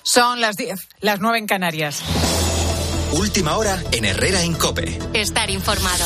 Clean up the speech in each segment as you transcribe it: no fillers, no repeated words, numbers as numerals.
Son las 10, las 9 en Canarias. Última hora en Herrera en COPE. Estar informado.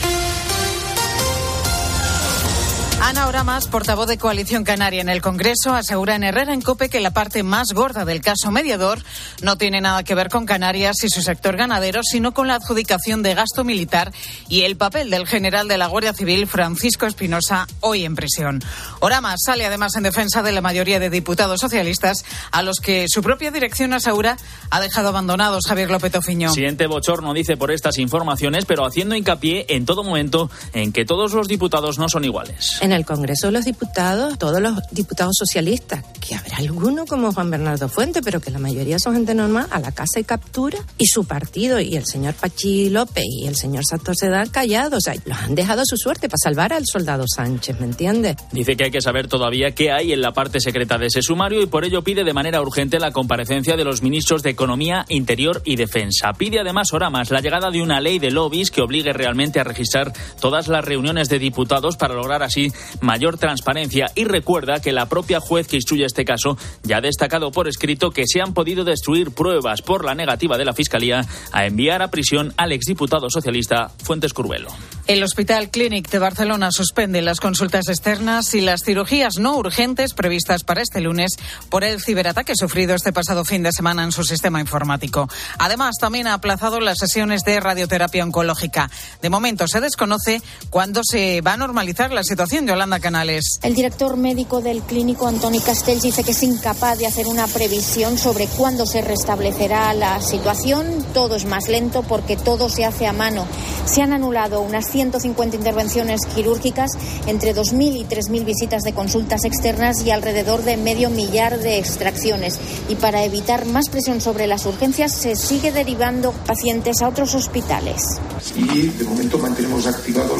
Ana Oramas, portavoz de Coalición Canaria en el Congreso, asegura en Herrera en COPE que la parte más gorda del caso Mediador no tiene nada que ver con Canarias y su sector ganadero, sino con la adjudicación de gasto militar y el papel del general de la Guardia Civil, Francisco Espinosa, hoy en prisión. Oramas sale además en defensa de la mayoría de diputados socialistas, a los que su propia dirección asegura ha dejado abandonados. Javier López Tofiño. Siente bochorno, dice, por estas informaciones, pero haciendo hincapié en todo momento en que todos los diputados no son iguales. En el Congreso de los Diputados, todos los diputados socialistas, que habrá alguno como Juan Bernardo Fuente, pero que la mayoría son gente normal, a la casa y captura, y su partido, y el señor Pachi López y el señor Santos se dan callados, o sea, los han dejado a su suerte para salvar al soldado Sánchez, ¿me entiendes? Dice que hay que saber todavía qué hay en la parte secreta de ese sumario y por ello pide de manera urgente la comparecencia de los ministros de Economía, Interior y Defensa. Pide además Oramas la llegada de una ley de lobbies que obligue realmente a registrar todas las reuniones de diputados para lograr así mayor transparencia, y recuerda que la propia juez que instruye este caso ya ha destacado por escrito que se han podido destruir pruebas por la negativa de la Fiscalía a enviar a prisión al exdiputado socialista Fuentes Curbelo. El Hospital Clínic de Barcelona suspende las consultas externas y las cirugías no urgentes previstas para este lunes por el ciberataque sufrido este pasado fin de semana en su sistema informático. Además, también ha aplazado las sesiones de radioterapia oncológica. De momento se desconoce cuándo se va a normalizar la situación. Yolanda Canales. El director médico del clínico, Antoni Castells, dice que es incapaz de hacer una previsión sobre cuándo se restablecerá la situación. Todo es más lento porque todo se hace a mano. Se han anulado unas 150 intervenciones quirúrgicas, entre 2.000 y 3.000 visitas de consultas externas y alrededor de 500 de extracciones. Y para evitar más presión sobre las urgencias, se sigue derivando pacientes a otros hospitales. Y de momento mantenemos activado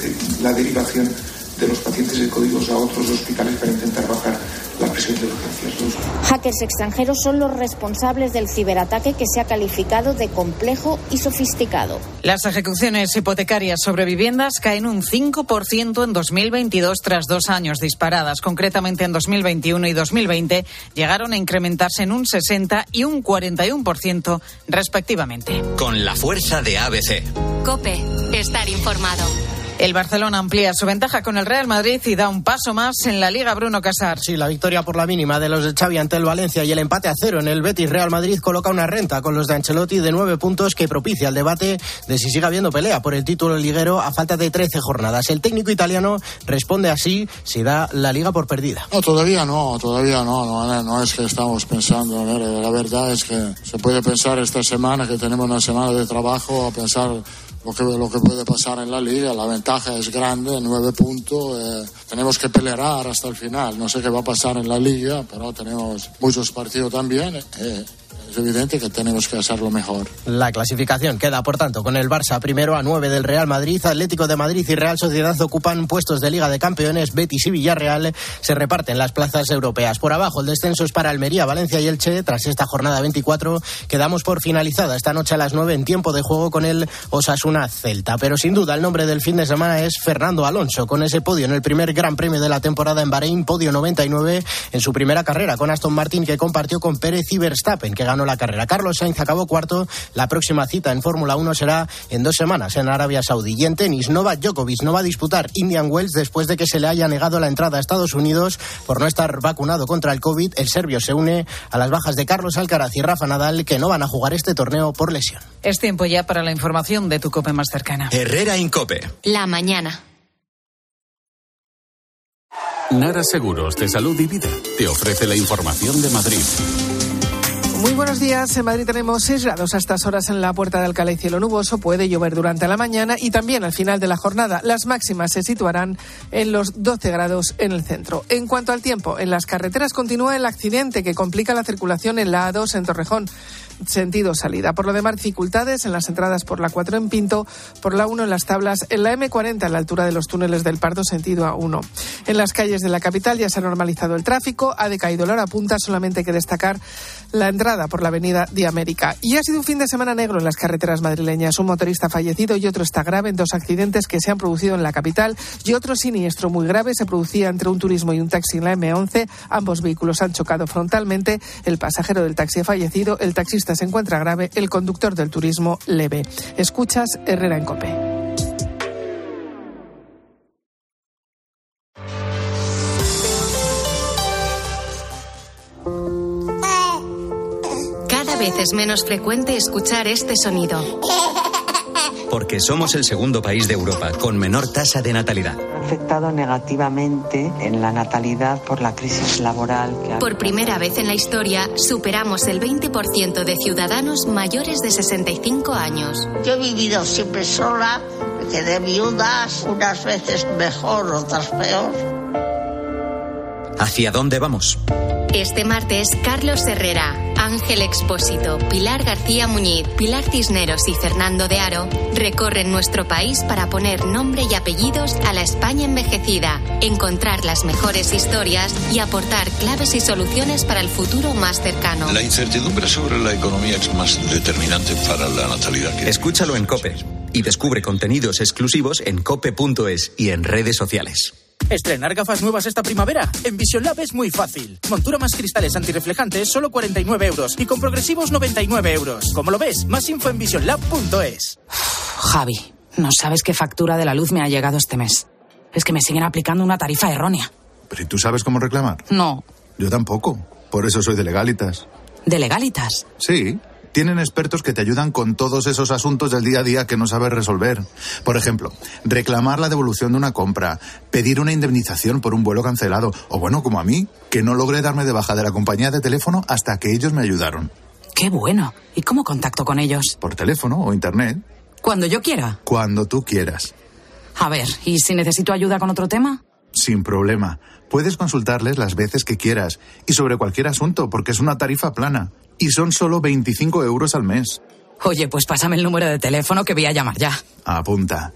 la derivación de los pacientes de códigos a otros hospitales para intentar bajar la presión de urgencias. Hackers extranjeros son los responsables del ciberataque, que se ha calificado de complejo y sofisticado. Las ejecuciones hipotecarias sobre viviendas caen un 5% en 2022 tras 2 años disparadas. Concretamente en 2021 y 2020 llegaron a incrementarse en un 60 y un 41% respectivamente. Con la fuerza de ABC. COPE. Estar informado. El Barcelona amplía su ventaja con el Real Madrid y da un paso más en la Liga. Bruno Casar. Sí, la victoria por la mínima de los de Xavi ante el Valencia y el empate a 0 en el Betis Real Madrid coloca una renta con los de Ancelotti de 9 puntos que propicia el debate de si sigue habiendo pelea por el título liguero a falta de 13 jornadas. El técnico italiano responde así si da la Liga por perdida. No, todavía no. No es que estamos pensando. La verdad es que se puede pensar esta semana que tenemos una semana de trabajo a pensar lo que puede pasar en la Liga. La ventaja es grande, 9 puntos. Tenemos que pelear hasta el final. No sé qué va a pasar en la Liga, pero tenemos muchos partidos también. Es evidente que tenemos que hacerlo mejor. La clasificación queda, por tanto, con el Barça primero a 9 del Real Madrid. Atlético de Madrid y Real Sociedad ocupan puestos de Liga de Campeones. Betis y Villarreal se reparten las plazas europeas. Por abajo, el descenso es para Almería, Valencia y Elche. Tras esta jornada 24, quedamos por finalizada esta noche a las 9 en tiempo de juego con el Osasuna Celta. Pero sin duda el nombre del fin de semana es Fernando Alonso, con ese podio en el primer Gran Premio de la temporada en Bahrein, podio 99 en su primera carrera con Aston Martin, que compartió con Pérez y Verstappen, que ganó la carrera. Carlos Sainz acabó cuarto. La próxima cita en Fórmula 1 será en 2 semanas en Arabia Saudí. Y en tenis, Novak Djokovic no va a disputar Indian Wells después de que se le haya negado la entrada a Estados Unidos por no estar vacunado contra el COVID. El serbio se une a las bajas de Carlos Alcaraz y Rafa Nadal, que no van a jugar este torneo por lesión. Es tiempo ya para la información de tu COPE más cercana. Herrera en COPE. La mañana. Nara Seguros de Salud y Vida te ofrece la información de Madrid. Muy buenos días. En Madrid tenemos 6 grados a estas horas en la Puerta de Alcalá y cielo nuboso. Puede llover durante la mañana y también al final de la jornada. Las máximas se situarán en los 12 grados en el centro. En cuanto al tiempo, en las carreteras continúa el accidente que complica la circulación en la A2 en Torrejón, sentido salida. Por lo demás, dificultades en las entradas por la 4 en Pinto, por la 1 en Las Tablas, en la M40 a la altura de los túneles del Pardo, sentido A1. En las calles de la capital ya se ha normalizado el tráfico, ha decaído la hora punta, solamente hay que destacar la entrada entrada por la avenida de América. Y ha sido un fin de semana negro en las carreteras madrileñas. Un motorista ha fallecido y otro está grave en 2 accidentes que se han producido en la capital, y otro siniestro muy grave se producía entre un turismo y un taxi en la M11. Ambos vehículos han chocado frontalmente. El pasajero del taxi ha fallecido, el taxista se encuentra grave, el conductor del turismo leve. Escuchas Herrera en COPE. Cada vez es menos frecuente escuchar este sonido. Porque somos el segundo país de Europa con menor tasa de natalidad. Ha afectado negativamente en la natalidad por la crisis laboral. Por primera vez en la historia, superamos el 20% de ciudadanos mayores de 65 años. Yo he vivido siempre sola, me quedé viuda, unas veces mejor, otras peor. ¿Hacia dónde vamos? Este martes, Carlos Herrera, Ángel Expósito, Pilar García Muñiz, Pilar Cisneros y Fernando de Aro recorren nuestro país para poner nombre y apellidos a la España envejecida, encontrar las mejores historias y aportar claves y soluciones para el futuro más cercano. La incertidumbre sobre la economía es más determinante para la natalidad. Escúchalo en COPE y descubre contenidos exclusivos en cope.es y en redes sociales. Estrenar gafas nuevas esta primavera. En Vision Lab es muy fácil. Montura más cristales antirreflejantes, solo 49 euros. Y con progresivos, 99 euros. ¿Cómo lo ves? Más info en visionlab.es. Javi, no sabes qué factura de la luz me ha llegado este mes. Es que me siguen aplicando una tarifa errónea. ¿Pero y tú sabes cómo reclamar? No. Yo tampoco. Por eso soy de Legalitas. ¿De Legalitas? Sí. Tienen expertos que te ayudan con todos esos asuntos del día a día que no sabes resolver. Por ejemplo, reclamar la devolución de una compra, pedir una indemnización por un vuelo cancelado, o bueno, como a mí, que no logré darme de baja de la compañía de teléfono hasta que ellos me ayudaron. ¡Qué bueno! ¿Y cómo contacto con ellos? Por teléfono o internet. Cuando yo quiera. Cuando tú quieras. A ver, ¿y si necesito ayuda con otro tema? Sin problema. Puedes consultarles las veces que quieras y sobre cualquier asunto, porque es una tarifa plana. Y son solo 25 euros al mes. Oye, pues pásame el número de teléfono que voy a llamar ya. Apunta.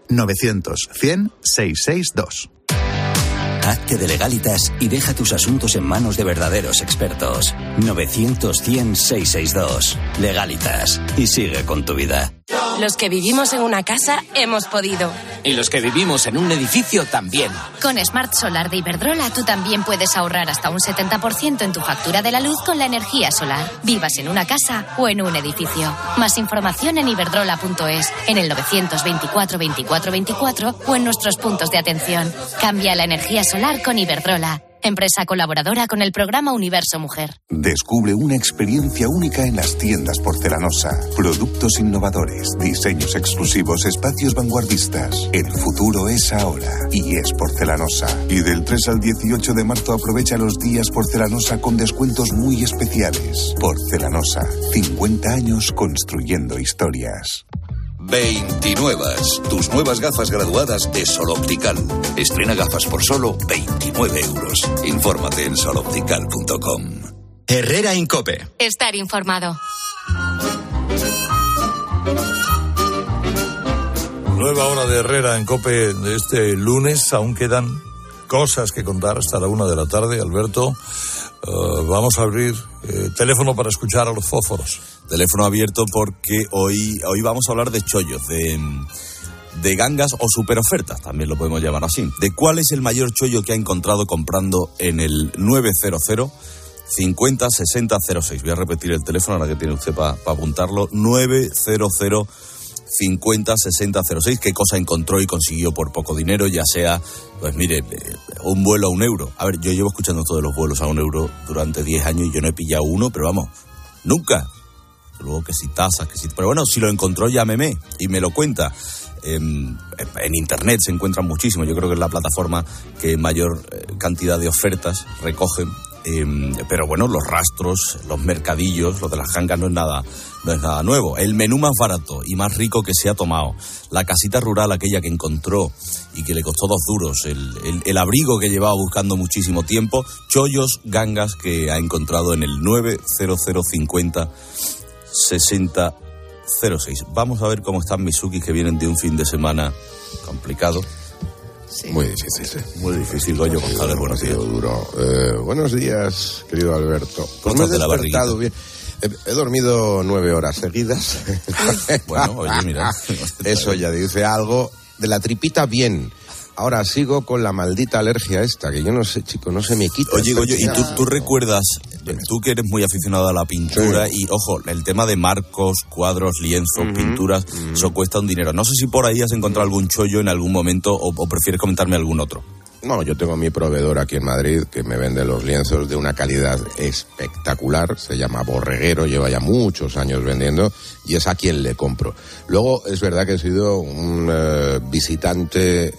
900-100-662. Hazte de Legalitas y deja tus asuntos en manos de verdaderos expertos. 900-100-662. Legalitas. Y sigue con tu vida. Los que vivimos en una casa hemos podido. Y los que vivimos en un edificio también. Con Smart Solar de Iberdrola tú también puedes ahorrar hasta un 70% en tu factura de la luz con la energía solar. Vivas en una casa o en un edificio. Más información en iberdrola.es, en el 924 24 24 o en nuestros puntos de atención. Cambia la energía solar con Iberdrola. Empresa colaboradora con el programa Universo Mujer. Descubre una experiencia única en las tiendas Porcelanosa. Productos innovadores, diseños exclusivos, espacios vanguardistas. El futuro es ahora y es Porcelanosa. Y del 3 al 18 de marzo aprovecha los días Porcelanosa con descuentos muy especiales. Porcelanosa, 50 años construyendo historias. 29. Tus nuevas gafas graduadas de Sol Optical. Estrena gafas por solo 29 euros. Infórmate en soloptical.com. Herrera en COPE. Estar informado. Nueva hora de Herrera en COPE de este lunes. Aún quedan cosas que contar hasta la 1 de la tarde, Alberto. Vamos a abrir teléfono para escuchar a los fósforos. Teléfono abierto porque hoy vamos a hablar de chollos, de gangas o superofertas, también lo podemos llamar así. De cuál es el mayor chollo que ha encontrado comprando en el 900 50 60 06. Voy a repetir el teléfono ahora que tiene usted para apuntarlo. 900 50 60 06. ¿Qué cosa encontró y consiguió por poco dinero? Ya sea, pues mire, un vuelo a €1. A ver, yo llevo escuchando todos los vuelos a €1 durante 10 años y yo no he pillado uno, pero vamos, nunca. Luego que si tasas, que si... Pero bueno, si lo encontró, llámeme y me lo cuenta. En internet se encuentran muchísimos. Yo creo que es la plataforma que mayor cantidad de ofertas recogen. Pero bueno, los rastros, los mercadillos, lo de las gangas no es nada nuevo. El menú más barato y más rico que se ha tomado, la casita rural aquella que encontró y que le costó 2 duros, el abrigo que llevaba buscando muchísimo tiempo, chollos, gangas que ha encontrado en el 900 50 60 06. Vamos a ver cómo están mis sukis que vienen de un fin de semana complicado. Sí. Muy difícil, sí. Muy difícil, Goyo González, buenos días. Duro. Buenos días, querido Alberto. Pues me he de la despertado bien. He dormido 9 horas seguidas. Bueno, oye, mira. Eso ya dice algo. De la tripita, bien. Ahora sigo con la maldita alergia esta, que yo no sé, chico, no se me quita. Oye, Goyo, ¿y tú recuerdas, tú que eres muy aficionado a la pintura, y ojo, el tema de marcos, cuadros, lienzos, pinturas, eso cuesta un dinero. No sé si por ahí has encontrado algún chollo en algún momento o prefieres comentarme algún otro. No, yo tengo mi proveedor aquí en Madrid que me vende los lienzos de una calidad espectacular, se llama Borreguero, lleva ya muchos años vendiendo y es a quien le compro. Luego es verdad que he sido un visitante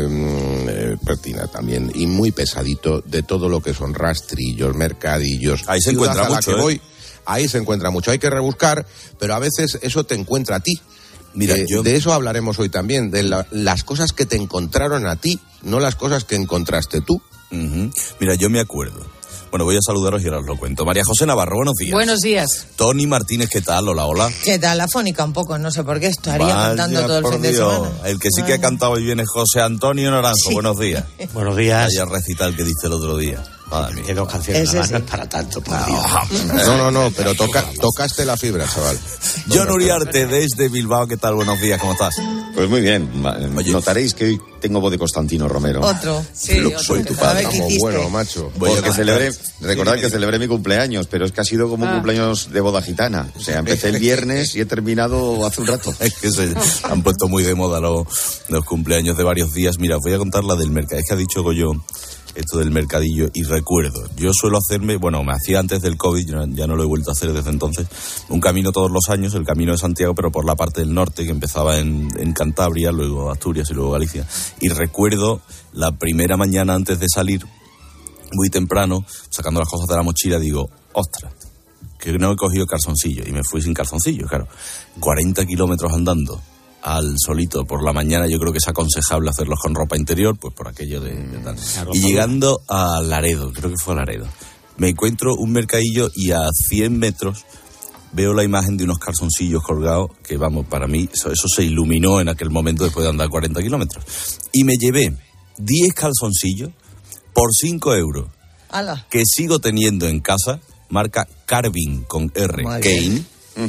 pertina también y muy pesadito de todo lo que son rastrillos, mercadillos. Ahí se encuentra mucho, ahí se encuentra mucho, hay que rebuscar, pero a veces eso te encuentra a ti. Mira, de eso hablaremos hoy también, de las cosas que te encontraron a ti, no las cosas que encontraste tú. Mira, yo me acuerdo. Bueno, voy a saludaros y ahora os lo cuento. María José Navarro, buenos días. Buenos días. Tony Martínez, ¿qué tal? Hola, hola. ¿Qué tal? Afónica un poco, no sé por qué, estaría cantando todo el fin de semana. El que sí que ha cantado hoy bien es José Antonio Naranjo, sí. Buenos días. Buenos días. Vaya recital que dice el otro día. Madre mía. Que 2 canciones nada más, no es para tanto, por Dios. No, pero tocaste la fibra, chaval. John Uriarte, desde Bilbao, ¿qué tal? Buenos días, ¿cómo estás? Pues muy bien. Oye, notaréis que hoy tengo voz de Constantino Romero. Otro, sí. Soy tu padre. Bueno, macho. Porque recordad que celebré mi cumpleaños, pero es que ha sido como un cumpleaños de boda gitana. O sea, empecé el viernes y he terminado hace un rato. Es que se han puesto muy de moda los cumpleaños de varios días. Mira, os voy a contar la del mercado. Es que ha dicho Goyo esto del mercadillo y recuerdo, yo suelo hacerme, bueno, me hacía antes del COVID, ya no lo he vuelto a hacer desde entonces, un camino todos los años, el Camino de Santiago, pero por la parte del norte, que empezaba en Cantabria, luego Asturias y luego Galicia, y recuerdo la primera mañana antes de salir, muy temprano, sacando las cosas de la mochila, digo, ostras, que no he cogido calzoncillo, y me fui sin calzoncillo, claro, 40 kilómetros andando al solito por la mañana, yo creo que es aconsejable hacerlos con ropa interior, pues por aquello de tal. Y llegando a Laredo, creo que fue a Laredo, me encuentro un mercadillo y a 100 metros veo la imagen de unos calzoncillos colgados, que vamos, para mí, eso se iluminó en aquel momento después de andar 40 kilómetros. Y me llevé 10 calzoncillos por 5 euros, ¡Hala! Que sigo teniendo en casa, marca Carvin con R, Kane.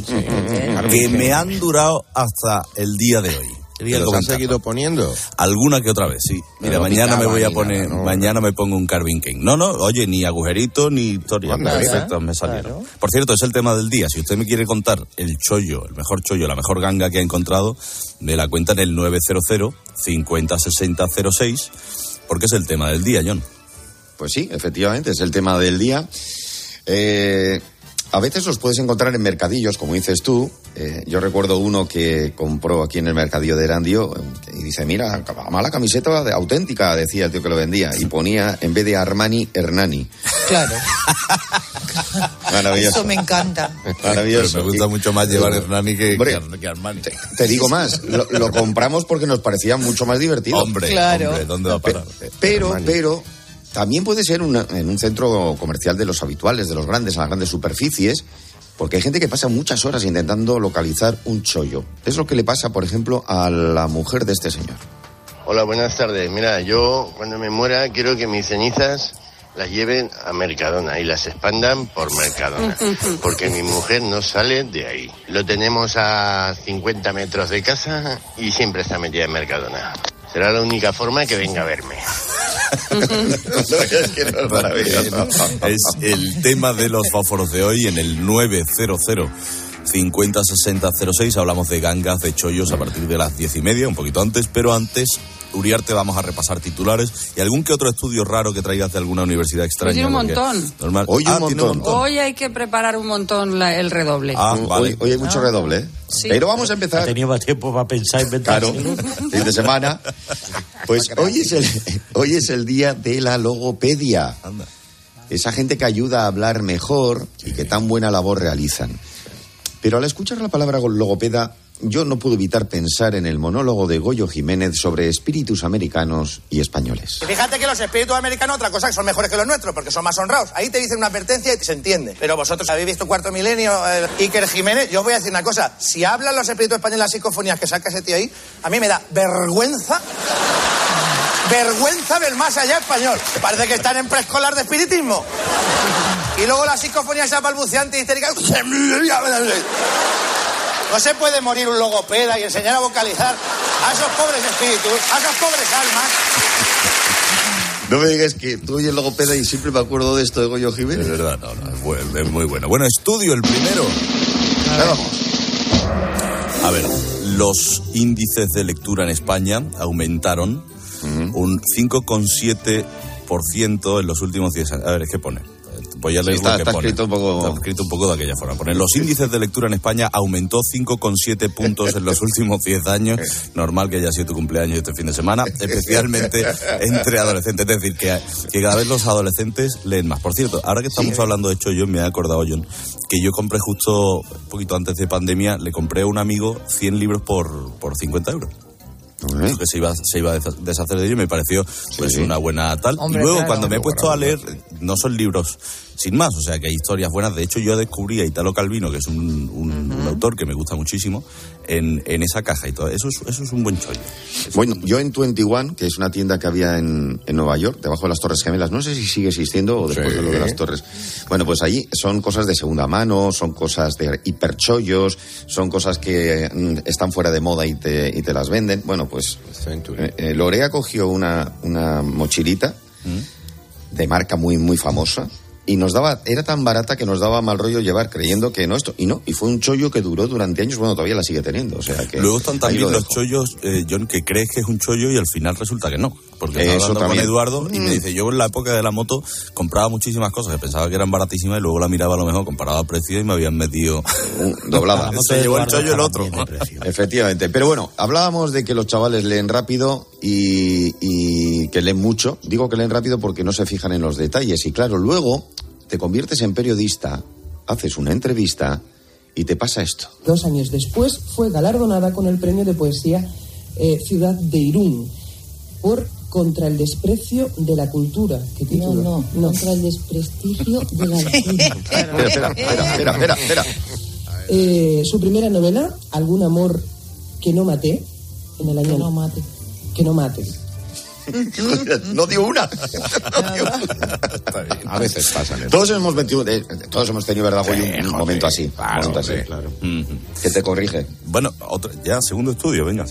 Que me han durado hasta el día de hoy. ¿Los has seguido poniendo? Alguna que otra vez, sí. Mira, mañana me voy a poner, mañana me pongo un Carvin King. No, oye, ni agujerito ni historia. Perfecto, me salieron. Claro. Por cierto, es el tema del día. Si usted me quiere contar el chollo, el mejor chollo, la mejor ganga que ha encontrado, me la cuenta en el 900 50 60 06, porque es el tema del día, John. Pues sí, efectivamente, es el tema del día. A veces los puedes encontrar en mercadillos, como dices tú. Yo recuerdo uno que compró aquí en el mercadillo de Erandio y dice, mira, mala camiseta auténtica, decía el tío que lo vendía. Y ponía, en vez de Armani, Hernani. Claro. Maravilloso. Eso me encanta. Maravilloso. Pero me gusta mucho más llevar Hernani que Armani. Te digo más, lo compramos porque nos parecía mucho más divertido. Hombre, ¿dónde va a parar? Pero también puede ser en un centro comercial de los habituales, de los grandes, a las grandes superficies, porque hay gente que pasa muchas horas intentando localizar un chollo. Es lo que le pasa, por ejemplo, a la mujer de este señor. Hola, buenas tardes. Mira, yo cuando me muera quiero que mis cenizas las lleven a Mercadona y las expandan por Mercadona, porque mi mujer no sale de ahí. Lo tenemos a 50 metros de casa y siempre está metida en Mercadona. Será la única forma que venga a verme. Es el tema de los fósforos de hoy en el 900 50 60 06. Hablamos de gangas, de chollos a partir de las 10:30, un poquito antes, pero antes, Uriarte, vamos a repasar titulares y algún que otro estudio raro que traigas de alguna universidad extraña. Tiene un montón. Normal. Hoy un montón. Hoy hay que preparar un montón el redoble. Vale. Hoy hay mucho redoble, ¿eh? Sí. Pero vamos a empezar. Ha tenido más tiempo para pensar, inventar. Claro, fin de semana. Pues hoy es el día de la logopedia. Anda. Esa gente que ayuda a hablar mejor y que tan buena labor realizan. Pero al escuchar la palabra logopeda, yo no puedo evitar pensar en el monólogo de Goyo Jiménez sobre espíritus americanos y españoles. Fíjate que los espíritus americanos, otra cosa, que son mejores que los nuestros, porque son más honrados. Ahí te dicen una advertencia y se entiende. Pero vosotros habéis visto Cuarto Milenio, Iker Jiménez. Yo os voy a decir una cosa. Si hablan los espíritus españoles las psicofonías que saca ese tío ahí, a mí me da vergüenza Vergüenza del más allá español. Parece que están en preescolar de espiritismo. Y luego la psicofonía esa balbuceante y histérica. No se puede morir un logopeda y enseñar a vocalizar a esos pobres espíritus, a esas pobres almas. No me digas que tú oyes logopeda y siempre me acuerdo de esto de Goyo Jiménez. Es verdad, es muy bueno. Bueno, estudio el primero. Vamos. A ver, los índices de lectura en España aumentaron un 5,7% en los últimos 10 años. A ver, ¿qué pone? Voy a leer lo que pone. Está escrito un poco de aquella forma. Pone, los índices de lectura en España aumentó 5,7 puntos en los últimos 10 años. Normal que haya sido tu cumpleaños este fin de semana, especialmente entre adolescentes. Es decir, que cada vez los adolescentes leen más. Por cierto, ahora que estamos hablando de chollos, me he acordado, John, que yo compré justo un poquito antes de pandemia, le compré a un amigo 100 libros por 50 euros. Que se iba a deshacer de ello, me pareció una buena tal. Hombre, y luego cuando me he puesto a leer, no son libros sin más, o sea que hay historias buenas. De hecho, yo descubrí a Italo Calvino, que es un autor que me gusta muchísimo, en esa caja y todo. Eso es un buen chollo. Bueno, yo en 21, que es una tienda que había en Nueva York, debajo de las Torres Gemelas, no sé si sigue existiendo o después de lo de las Torres. Bueno, pues allí son cosas de segunda mano, son cosas de hiperchollos, son cosas que están fuera de moda y te las venden. Bueno, pues Lorea cogió una mochilita de marca muy, muy famosa. Y era tan barata que nos daba mal rollo llevar, creyendo que no esto. Y fue un chollo que duró durante años, bueno, todavía la sigue teniendo. O sea que luego están también los chollos, John, que crees que es un chollo y al final resulta que no. Porque estaba hablando con Eduardo y me dice, yo en la época de la moto compraba muchísimas cosas que pensaba que eran baratísimas y luego la miraba a lo mejor, comparaba precios y me habían metido doblada. Se llevó el chollo el otro. Efectivamente. Pero bueno, hablábamos de que los chavales leen rápido y que leen mucho. Digo que leen rápido porque no se fijan en los detalles. Y claro, luego te conviertes en periodista, haces una entrevista y te pasa esto. 2 años después fue galardonada con el premio de poesía Ciudad de Irún por Contra el desprecio de la cultura. ¿Qué título? No, contra el desprestigio de la cultura. Espera. Su primera novela, Algún amor que no maté, en el año... Que no mate. No dio una. A veces pasan. Todos hemos tenido, ¿verdad, Goyo? Un momento así. Claro. Que te corrige. Bueno, segundo estudio, venga.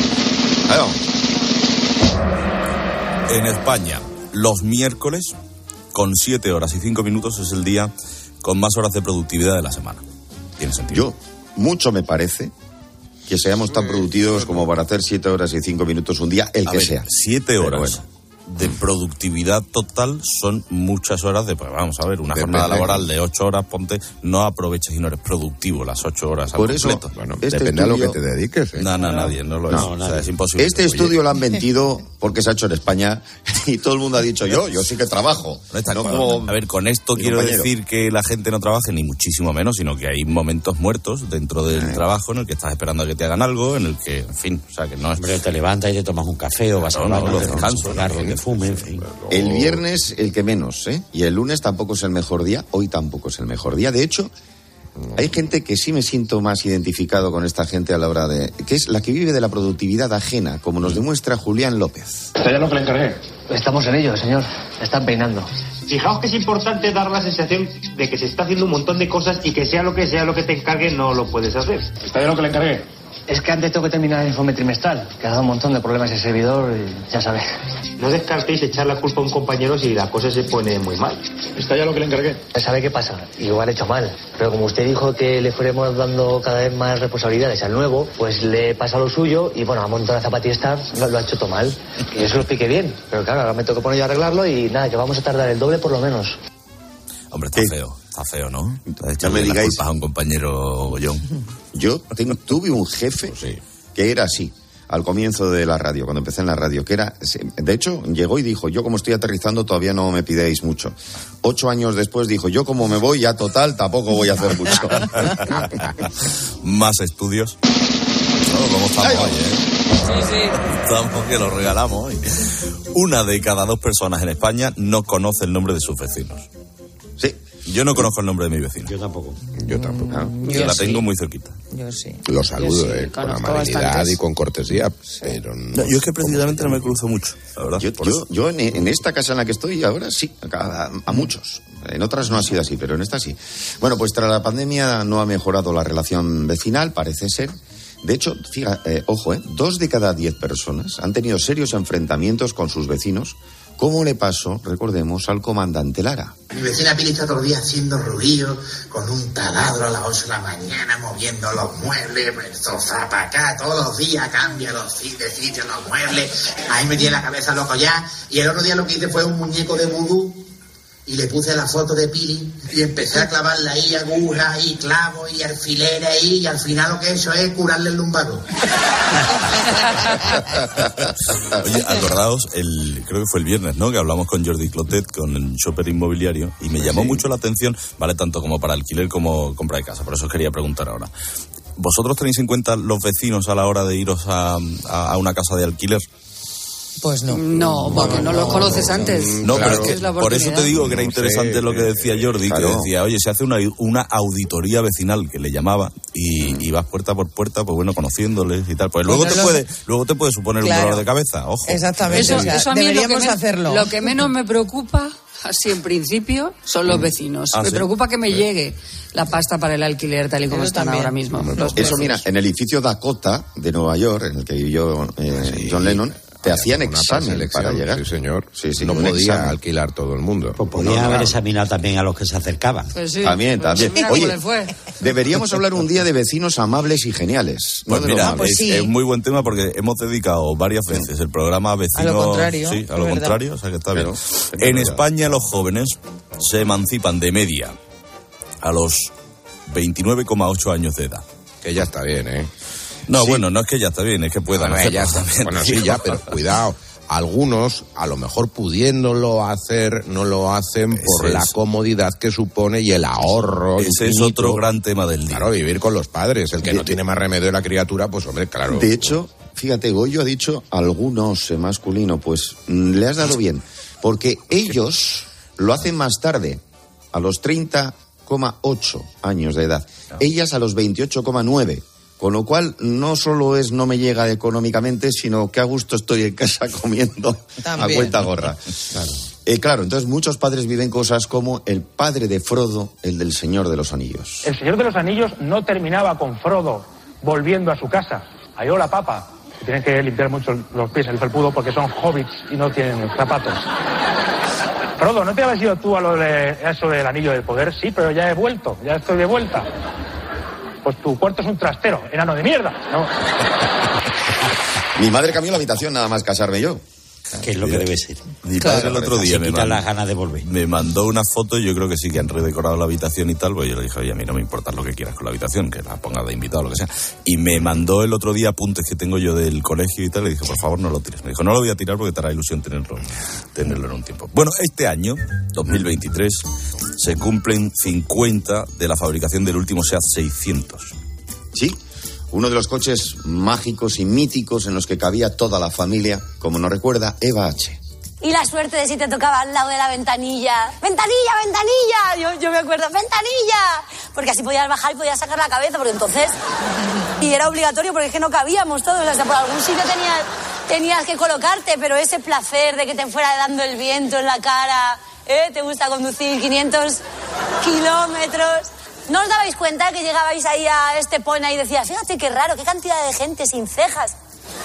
En España, los miércoles, con 7 horas y 5 minutos, es el día con más horas de productividad de la semana. ¿Tiene sentido? Mucho me parece que seamos tan productivos como para hacer 7 horas y 5 minutos un día, el que sea. 7 horas de productividad total son muchas horas vamos a ver, una jornada laboral de 8 horas, ponte, no aproveches y no eres productivo las 8 horas al completo. Depende a lo que te dediques. Nadie lo es. O sea, es imposible. Este estudio lo han mentido porque se ha hecho en España y todo el mundo ha dicho yo sí que trabajo. A ver, con esto quiero decir que la gente no trabaje, ni muchísimo menos, sino que hay momentos muertos dentro del trabajo en el que estás esperando a que te hagan algo, en el que, en fin, o sea, que no es... Hombre, te levantas y te tomas un café o vas a hablar, los descansos, que fume, en fin. El viernes el que menos, y el lunes tampoco es el mejor día, hoy tampoco es el mejor día. De hecho, hay gente que sí me siento más identificado con esta gente a la hora de... que es la que vive de la productividad ajena, como nos demuestra Julián López. ¿Está ya lo que le encargué? Estamos en ello, señor. Están peinando. Fijaos que es importante dar la sensación de que se está haciendo un montón de cosas y que sea lo que te encargue, no lo puedes hacer. ¿Está ya lo que le encargué? Es que antes tengo que terminar el informe trimestral, que ha dado un montón de problemas el servidor y ya sabes. No descartéis echar la culpa a un compañero si la cosa se pone muy mal. ¿Está ya lo que le encargué? ¿Sabe qué pasa? Igual he hecho mal, pero como usted dijo que le fuéramos dando cada vez más responsabilidades al nuevo, pues le pasa lo suyo y bueno, ha montado la zapatista, lo ha hecho todo mal. Que yo se lo expliqué bien, pero claro, ahora me tengo que poner yo a arreglarlo y nada, que vamos a tardar el doble por lo menos. Hombre, está feo, ¿no? Ya me digáis a un compañero John. Yo tuve un jefe que era así, al comienzo de la radio, cuando empecé en la radio, que era, de hecho, llegó y dijo, yo como estoy aterrizando todavía no me pidáis mucho. 8 años después dijo, yo como me voy ya total tampoco voy a hacer mucho. Más estudios. ¿Cómo estamos hoy, Sí. Estamos que lo regalamos hoy. 1 de cada 2 personas en España no conoce el nombre de sus vecinos. Sí. Yo no conozco el nombre de mi vecino. Yo tampoco. Yo tampoco. La tengo muy cerquita. Yo sí. Lo saludo, Yo sí, con amabilidad y con cortesía, pero no. Yo es que precisamente no me cruzo mucho, la verdad. Yo en esta casa en la que estoy ahora sí, a muchos. En otras no ha sido así, pero en esta sí. Bueno, pues tras la pandemia no ha mejorado la relación vecinal, parece ser. De hecho, fíjate, 2 de cada 10 personas han tenido serios enfrentamientos con sus vecinos, como le pasó, recordemos, al comandante Lara. Mi vecina Pili está todos los días haciendo ruido, con un taladro a las 8 de la mañana, moviendo los muebles, el sofá para acá, todos los días cambia de sitio los muebles. Ahí me tiene la cabeza loco ya. Y el otro día lo que hice fue un muñeco de vudú y le puse la foto de Pili y empecé a clavarle ahí agujas y clavos y alfileres ahí, y al final lo que he hecho es curarle el lumbago. Oye, acordaos, creo que fue el viernes, ¿no?, que hablamos con Jordi Clotet, con el shopper inmobiliario, y me llamó mucho la atención, vale, tanto como para alquiler como compra de casa, por eso os quería preguntar ahora. ¿Vosotros tenéis en cuenta los vecinos a la hora de iros a una casa de alquiler? Pues no. No, porque no los conoces antes. No, Claro. pero es que por eso te digo que era interesante lo que decía Jordi, que decía, oye, se hace una auditoría vecinal, que le llamaba, y vas puerta por puerta, pues bueno, conociéndoles y tal. Pues luego te puede suponer un dolor de cabeza, ojo. Exactamente. Eso a mí deberíamos hacerlo. Lo que menos me preocupa, así en principio, son los vecinos. Me preocupa que me llegue la pasta para el alquiler tal y como están ahora mismo. Eso, mira, en el edificio Dakota de Nueva York, en el que vivió John Lennon, te hacían examen para llegar. Sí, señor. Sí, no podía alquilar todo el mundo. Pues podía haber examinado también a los que se acercaban. Pues sí. También. Mira Oye, cómo le fue. deberíamos hablar un día de vecinos amables y geniales. Pues ¿no? mira, es muy buen tema porque hemos dedicado varias veces el programa a vecinos. A lo contrario. Sí, a lo contrario, o sea que está bien. En España los jóvenes se emancipan de media a los 29,8 años de edad. Que ya está bien, ¿eh? No, sí. Bueno, no es que ya está bien, es que puedan hacerlo. Bueno, sí, ya, pero cuidado. Algunos, a lo mejor pudiéndolo hacer, no lo hacen por la comodidad que supone y el ahorro. Ese es otro gran tema del día. Claro, vivir con los padres. El que no tiene más remedio de la criatura, pues hombre, claro. De hecho, fíjate, Goyo ha dicho algunos masculino, pues le has dado bien. Porque ellos lo hacen más tarde, a los 30,8 años de edad. Ellas a los 28,9. Con lo cual, no solo es no me llega económicamente, sino que a gusto estoy en casa comiendo a cuenta gorra. Claro, entonces muchos padres viven cosas como el padre de Frodo, el del Señor de los Anillos. El Señor de los Anillos no terminaba con Frodo volviendo a su casa. Ahí la papa. Tienen que limpiar mucho los pies, el felpudo, porque son hobbits y no tienen zapatos. Frodo, ¿no te habías ido tú a eso del Anillo del Poder? Sí, pero ya he vuelto, ya estoy de vuelta. Pues tu cuarto es un trastero, enano de mierda, ¿no? Mi madre cambió la habitación nada más casarme yo. Que es lo que debe ser. Mi padre el otro día las ganas de volver. Me mandó una foto, yo creo que sí que han redecorado la habitación y tal, pues yo le dije, oye, a mí no me importa lo que quieras con la habitación, que la pongas de invitado o lo que sea. Y me mandó el otro día apuntes que tengo yo del colegio y tal, le dije, por favor, no lo tires. Me dijo, no lo voy a tirar porque te hará ilusión tenerlo en un tiempo. Bueno, este año, 2023, se cumplen 50 de la fabricación del último SEAT 600. Sí, uno de los coches mágicos y míticos en los que cabía toda la familia, como nos recuerda Eva H. Y la suerte de si te tocaba al lado de la ventanilla. ¡Ventanilla, ventanilla! Yo me acuerdo, ¡ventanilla! Porque así podías bajar y podías sacar la cabeza, porque entonces... Y era obligatorio porque es que no cabíamos todos, o sea, por algún sitio tenías que colocarte, pero ese placer de que te fuera dando el viento en la cara, ¿te gusta conducir 500 kilómetros? ¿No os dabais cuenta que llegabais ahí a Estepona y decías, fíjate qué raro, qué cantidad de gente sin cejas?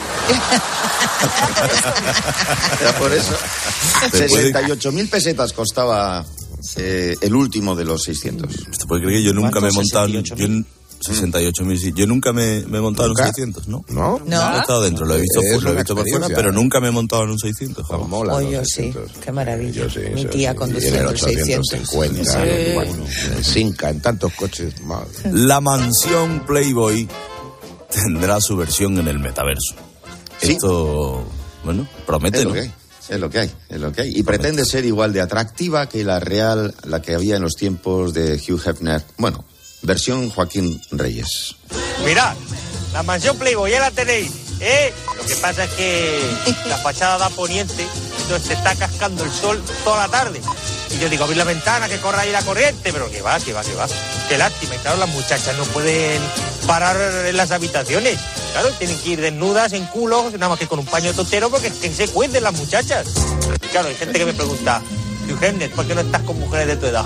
Era por eso. 68.000 pesetas costaba el último de los 600. ¿Te puede creer que yo nunca me he montado... 68.000, sí. Yo nunca me he montado en un 600, ¿no? ¿No? He estado dentro, lo he visto por fuera, pero nunca me he montado en un 600. Mola, yo sí, qué maravilla. Mi tía conduciendo el 850, el Cinca, en tantos coches. Madre. La mansión Playboy tendrá su versión en el metaverso. ¿Sí? Esto, bueno, promete, ¿no? Es lo que hay. Y pretende ser igual de atractiva que la real, la que había en los tiempos de Hugh Hefner. Bueno, versión Joaquín Reyes. Mirad, la mansión Playboy ya la tenéis, ¿eh? Lo que pasa es que la fachada da poniente, entonces se está cascando el sol toda la tarde. Y yo digo, abrir la ventana, que corra ahí la corriente, pero que va. Qué lástima, y claro, las muchachas no pueden parar en las habitaciones. Claro, tienen que ir desnudas, en culo, nada más que con un paño totero, porque que se cuiden las muchachas. Y claro, hay gente que me pregunta, Eugenio, ¿por qué no estás con mujeres de tu edad?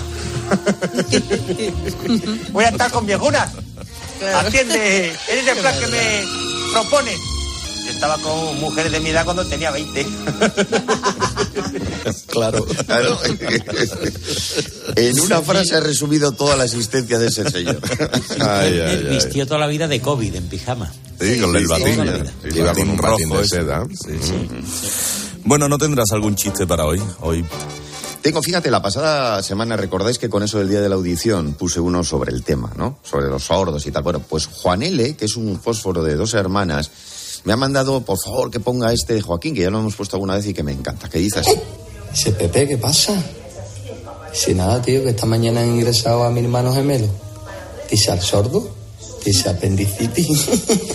Voy a estar con viejunas. Atiende, eres el plan que me propones. Yo estaba con mujeres de mi edad cuando tenía 20. Claro. En una frase he resumido toda la existencia de ese señor. Él vistió toda la vida de COVID en pijama. Sí, con el batín. Iba con un batín de seda. Bueno, ¿no tendrás algún chiste para hoy? Tengo, fíjate, la pasada semana, recordáis que con eso del día de la audición puse uno sobre el tema, ¿no? Sobre los sordos y tal. Bueno, pues Juan L., que es un fósforo de 2 hermanas, me ha mandado, por favor, que ponga este de Joaquín, que ya lo hemos puesto alguna vez y que me encanta. ¿Qué dices? Ese Pepe, ¿qué pasa? Si nada, tío, que esta mañana han ingresado a mi hermano gemelo. Dice al sordo, dice apendicitis.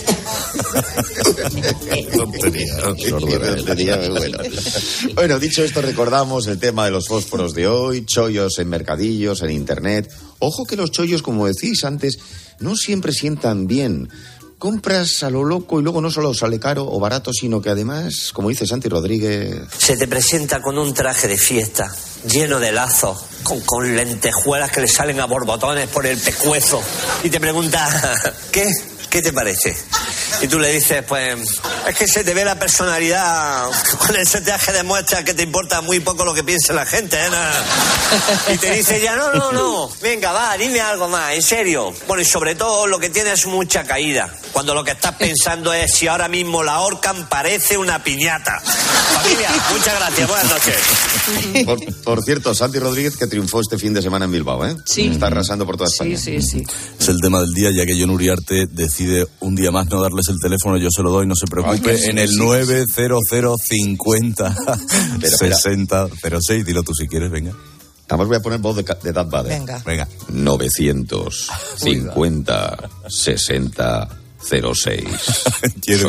Bueno, dicho esto, recordamos el tema de los fósforos de hoy, chollos en mercadillos, en internet. Ojo que los chollos, como decís antes, no siempre sientan bien. Compras a lo loco y luego no solo sale caro o barato, sino que además, como dice Santi Rodríguez... Se te presenta con un traje de fiesta, lleno de lazos, con lentejuelas que le salen a borbotones por el pescuezo. Y te pregunta, ¿qué te parece? Y tú le dices, pues, es que se te ve la personalidad, con ese traje demuestra que te importa muy poco lo que piense la gente, ¿eh? Y te dice ya, no, venga, va, dime algo más, en serio. Bueno, y sobre todo lo que tienes es mucha caída, cuando lo que estás pensando es si ahora mismo la ahorcan parece una piñata. Familia, muchas gracias, buenas noches. Por cierto, Santi Rodríguez, que triunfó este fin de semana en Bilbao, ¿eh? Sí. Está arrasando por toda España. Sí. Es el tema del día, ya que Jon Uriarte decide un día más no darles el teléfono, yo se lo doy, no se preocupe. En el 900 50 60 06, dilo tú si quieres, venga. Además voy a poner voz de Darth Vader. Venga. 950 60 06. Quiero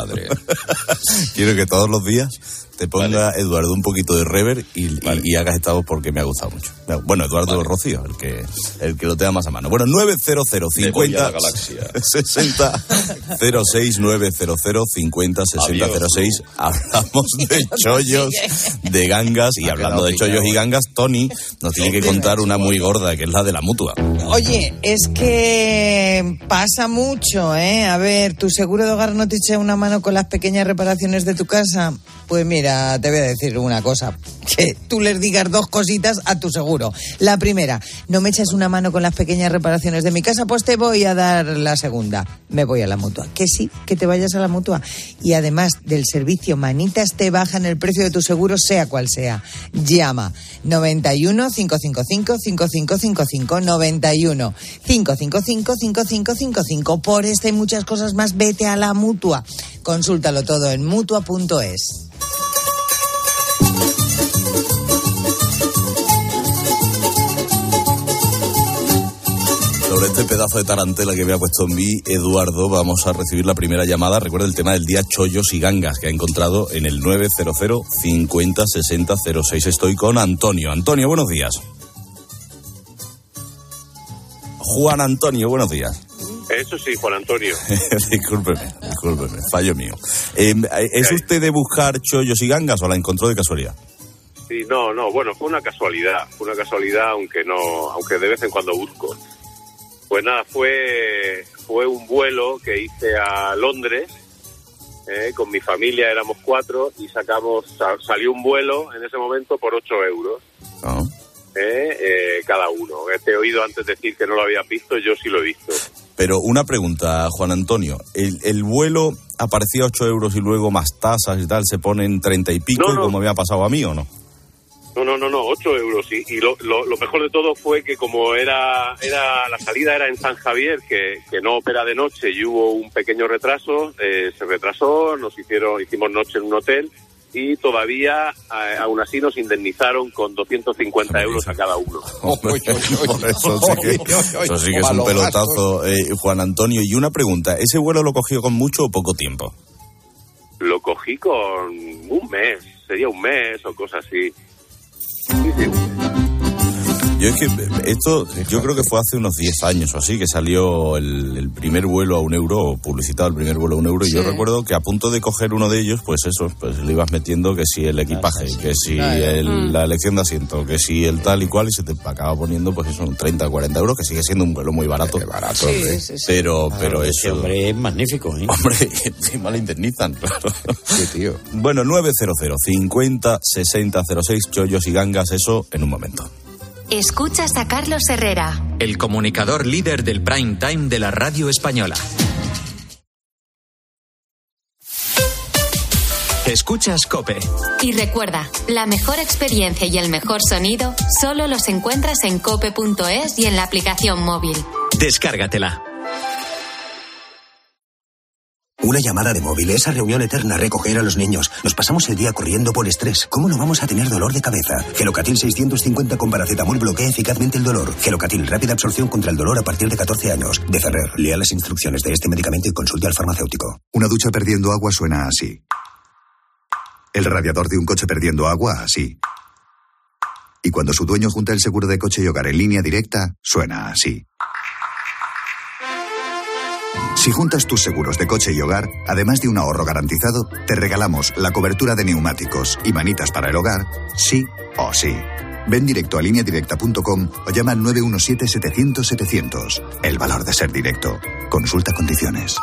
que todos los días te ponga, vale, Eduardo, un poquito de reverb y hagas esta voz porque me ha gustado mucho. Bueno, Eduardo Rocío, el que lo tenga más a mano. Bueno, 900 50 60 06, 900 50 60 06. Hablamos de chollos, de gangas, y hablando de chollos y gangas, Tony nos tiene que contar una muy gorda, que es la de la Mutua. Oye, es que pasa mucho, ¿eh? A ver, ¿tu seguro de hogar no te echa una mano con las pequeñas reparaciones de tu casa? Pues mira, te voy a decir una cosa, que tú les digas 2 cositas a tu seguro. La primera, ¿no me echas una mano con las pequeñas reparaciones de mi casa? Pues te voy a dar la segunda, me voy a la Mutua. Que sí, que te vayas a la Mutua. Y además del servicio Manitas, te bajan el precio de tu seguro, sea cual sea. Llama 91 555 5555, 91 555 5555. Por esta y muchas cosas más, vete a la Mutua. Consúltalo todo en mutua.es. Sobre este pedazo de tarantela que me ha puesto en mí Eduardo, vamos a recibir la primera llamada. Recuerda el tema del día chollos y gangas que ha encontrado en el 900 50 60 06. Estoy con Antonio. Antonio, buenos días. Juan Antonio, buenos días. Eso sí, Juan Antonio. Discúlpeme, fallo mío. ¿Es usted de buscar chollos y gangas o la encontró de casualidad? Sí, no, bueno, fue una casualidad, aunque de vez en cuando busco. Pues nada, fue un vuelo que hice a Londres, con mi familia, éramos 4, y salió un vuelo en ese momento por 8 euros. Oh. Cada uno. Te he oído antes decir que no lo habías visto, yo sí lo he visto. Pero una pregunta, Juan Antonio, ¿el vuelo aparecía 8 euros y luego más tasas y tal, se ponen 30 y pico, no. Como me ha pasado a mí, o no? No, 8 euros. Y lo mejor de todo fue que como la salida era en San Javier, que no opera de noche, y hubo un pequeño retraso, se retrasó, hicimos noche en un hotel, y todavía, aún así, nos indemnizaron con 250 euros a cada uno. Eso sí que es un pelotazo, Juan Antonio. Y una pregunta, ¿ese vuelo lo cogió con mucho o poco tiempo? Lo cogí con un mes, sería un mes o cosas así. Sí. Yo es que esto, yo creo que fue hace unos 10 años o así, que salió el primer vuelo a €1, o publicitado el primer vuelo a €1, y yo recuerdo que a punto de coger uno de ellos, pues eso, pues le ibas metiendo que si el equipaje, que si la elección de asiento, que si el tal y cual, y se te acaba poniendo, pues eso, 30 o 40 euros, que sigue siendo un vuelo muy barato. Barato, sí. Pero ese eso... hombre es magnífico, ¿eh? Hombre, encima le indemnizan, claro. Sí, tío. Bueno, 900 50 60 06, chollos y gangas, eso en un momento. Escuchas a Carlos Herrera, el comunicador líder del prime time de la radio española. Escuchas COPE. Y recuerda, la mejor experiencia y el mejor sonido solo los encuentras en cope.es y en la aplicación móvil. Descárgatela. Una llamada de móvil, esa reunión eterna, recoger a los niños. Nos pasamos el día corriendo por estrés. ¿Cómo no vamos a tener dolor de cabeza? Gelocatil 650 con paracetamol bloquea eficazmente el dolor. Gelocatil, rápida absorción contra el dolor a partir de 14 años. De Ferrer, lea las instrucciones de este medicamento y consulte al farmacéutico. Una ducha perdiendo agua suena así. El radiador de un coche perdiendo agua así. Y cuando su dueño junta el seguro de coche y hogar en línea directa, suena así. Si juntas tus seguros de coche y hogar, además de un ahorro garantizado, te regalamos la cobertura de neumáticos y manitas para el hogar, sí o sí. Ven directo a lineadirecta.com o llama al 917-700-700. El valor de ser directo. Consulta condiciones.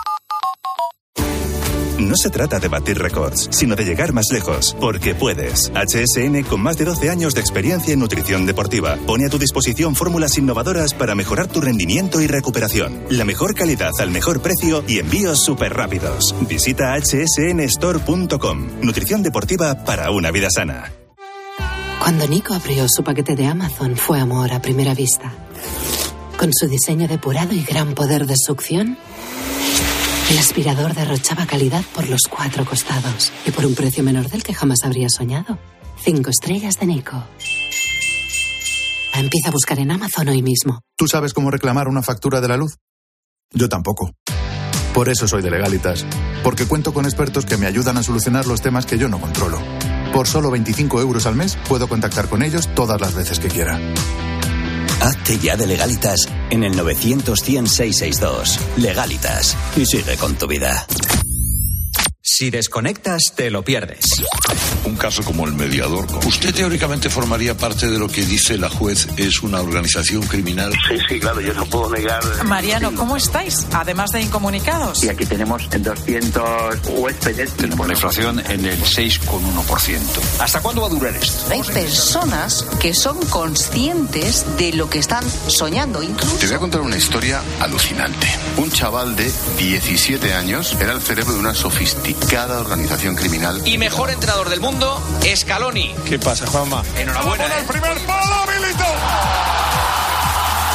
No se trata de batir récords, sino de llegar más lejos, porque puedes. HSN, con más de 12 años de experiencia en nutrición deportiva, pone a tu disposición fórmulas innovadoras para mejorar tu rendimiento y recuperación. La mejor calidad al mejor precio y envíos súper rápidos. Visita hsnstore.com. Nutrición deportiva para una vida sana. Cuando Nico abrió su paquete de Amazon, fue amor a primera vista. Con su diseño depurado y gran poder de succión, el aspirador derrochaba calidad por los 4 costados y por un precio menor del que jamás habría soñado. 5 estrellas de Nico. Empieza a buscar en Amazon hoy mismo. ¿Tú sabes cómo reclamar una factura de la luz? Yo tampoco. Por eso soy de Legalitas. Porque cuento con expertos que me ayudan a solucionar los temas que yo no controlo. Por solo 25 € al mes puedo contactar con ellos todas las veces que quiera. Hazte ya de Legalitas en el 900-100-662. Legalitas. Y sigue con tu vida. Si desconectas, te lo pierdes. Un caso como el Mediador. ¿Usted teóricamente formaría parte de lo que dice la juez es una organización criminal? Sí, claro, yo no puedo negar. Mariano, ¿cómo estáis? Además de incomunicados. Y aquí tenemos 200 huéspedes. Tenemos la inflación en el 6,1%. ¿Hasta cuándo va a durar esto? Hay personas que son conscientes de lo que están soñando. Incluso. Te voy a contar una historia alucinante. Un chaval de 17 años era el cerebro de una sofisticada organización criminal. Y mejor entrenador del mundo, Scaloni. ¿Qué pasa, Juanma? Enhorabuena. ¡El primer palo, Milito! ¡Sí,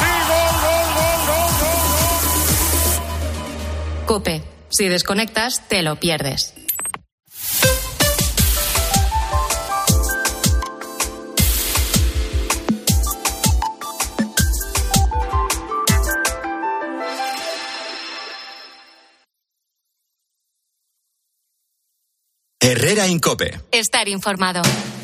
gol! COPE. Si desconectas, te lo pierdes. Herrera Incope. Estar informado.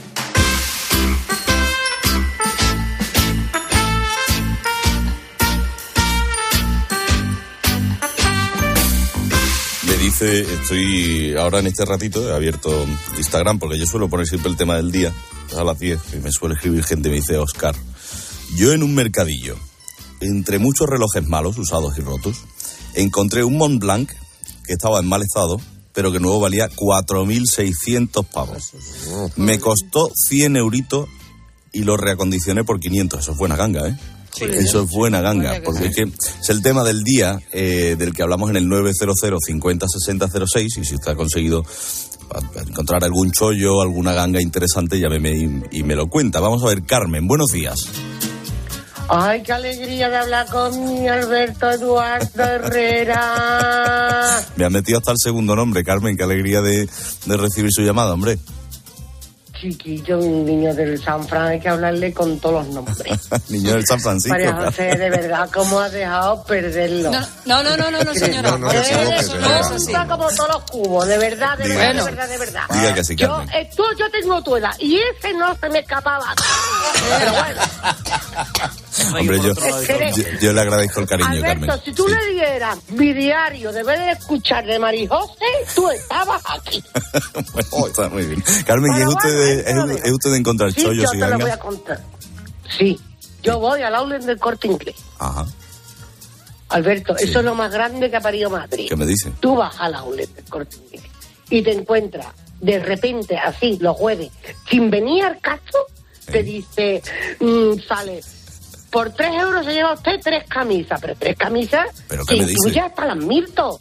Me dice, estoy ahora en este ratito, he abierto Instagram, porque yo suelo poner siempre el tema del día, a las 10, y me suele escribir gente, me dice, Oscar, yo en un mercadillo, entre muchos relojes malos, usados y rotos, encontré un Montblanc que estaba en mal estado, pero que nuevo valía 4.600 pavos. Me costó 100 euritos y lo reacondicioné por 500. Eso es buena ganga, ¿eh? Sí, eso es buena ganga, porque es que es el tema del día del que hablamos en el 900 50 60 06, y si usted ha conseguido encontrar algún chollo, alguna ganga interesante, llámeme y me lo cuenta. Vamos a ver, Carmen, buenos días. Ay, qué alegría de hablar con mi Alberto Eduardo Herrera. Me ha metido hasta el segundo nombre, Carmen, qué alegría de recibir su llamada, hombre. chiquillo, un niño del San Fran, hay que hablarle con todos los nombres. Niño del San Francisco. María José, de verdad, ¿cómo has dejado perderlo? No, señora. No está como todos los cubos, de verdad, de verdad. Diga que sí, Carmen. Yo tengo tu edad y ese no se me escapaba. Pero bueno. Hombre, yo le agradezco el cariño, Alberto, Carmen. si tú le dieras mi diario de ver y escuchar de María José, tú estabas aquí. Bueno, está muy bien. Carmen, ¿y es usted de encontrar chollos y yo te lo voy gangas? a contar. Sí, yo voy al outlet del Corte Inglés. Ajá. Alberto, eso es lo más grande que ha parido Madrid. ¿Qué me dice? Tú vas al outlet del Corte Inglés y te encuentras de repente, así, los jueves, sin venir al caso, te dice, sale, por 3 euros se lleva usted 3 camisas, pero 3 camisas que incluye hasta las Mirto.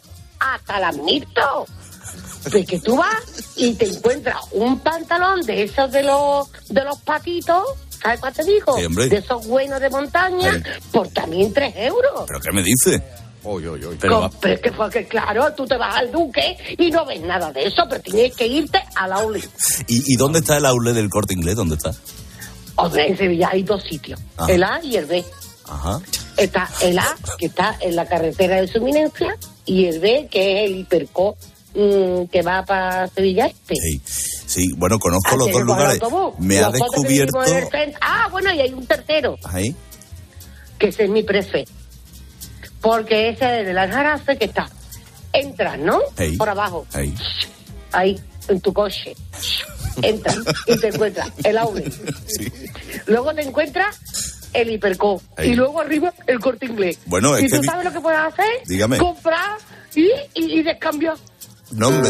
Pues que tú vas y te encuentras un pantalón de esos de los patitos, ¿sabes cuál te digo? Sí, hombre. De esos buenos de montaña, por también 3 euros. ¿Pero qué me dice? Pero es que fue que, claro, tú te vas al Duque y no ves nada de eso, pero tienes que irte al outlet. ¿Y dónde está el outlet del Corte Inglés? ¿Dónde está? Hombre, en Sevilla hay 2 sitios, el A y el B. Ajá. Está el A, que está en la carretera de su eminencia, y el B, que es el Hiperco, que va para Sevilla Este. Sí, bueno, conozco los 2 lugares. Me ha descubierto... Bueno, y hay un tercero. Ahí. Que ese es mi prefe. Porque ese es de las Jarafe que está. Entras, ¿no? Por abajo. Ahí, en tu coche. Entras y te encuentras el outlet. Luego te encuentras el Hiperco. Y luego arriba el Corte Inglés. Bueno, ¿Y tú sabes lo que puedes hacer? Dígame. Comprar y descambiar. No, hombre.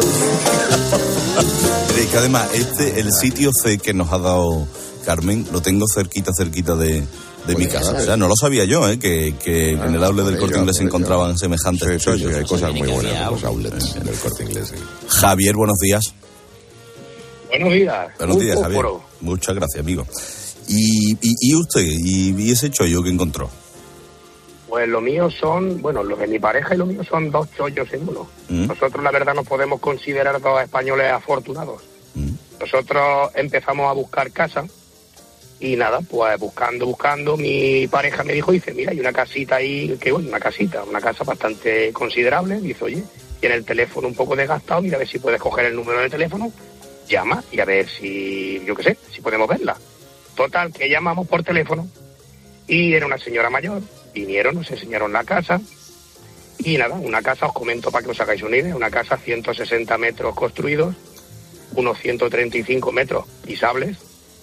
Pero que además, el sitio C que nos ha dado Carmen, lo tengo cerquita de mi casa. O sea, no lo sabía yo, que en el outlet del Corte Inglés se encontraban semejantes chollos. Sí, hay cosas muy buenas en los outlets del Corte Inglés. Sí. Javier, buenos días. Buenos días. Buenos días, Javier. Muchas gracias, amigo. ¿Y usted? ¿Y ese chollo que encontró? Pues lo mío son, los de mi pareja y lo mío son 2 chollos en uno. Nosotros, la verdad, nos podemos considerar 2 españoles afortunados. Nosotros empezamos a buscar casa y nada, pues buscando, mi pareja me dijo, mira, hay una casita ahí, una casa bastante considerable. Dice, oye, tiene el teléfono un poco desgastado, mira a ver si puedes coger el número del teléfono, llama y a ver si, si podemos verla. Total, que llamamos por teléfono y era una señora mayor. Vinieron, nos enseñaron la casa y nada, una casa, os comento para que os hagáis una idea, una casa 160 metros construidos, unos 135 metros pisables,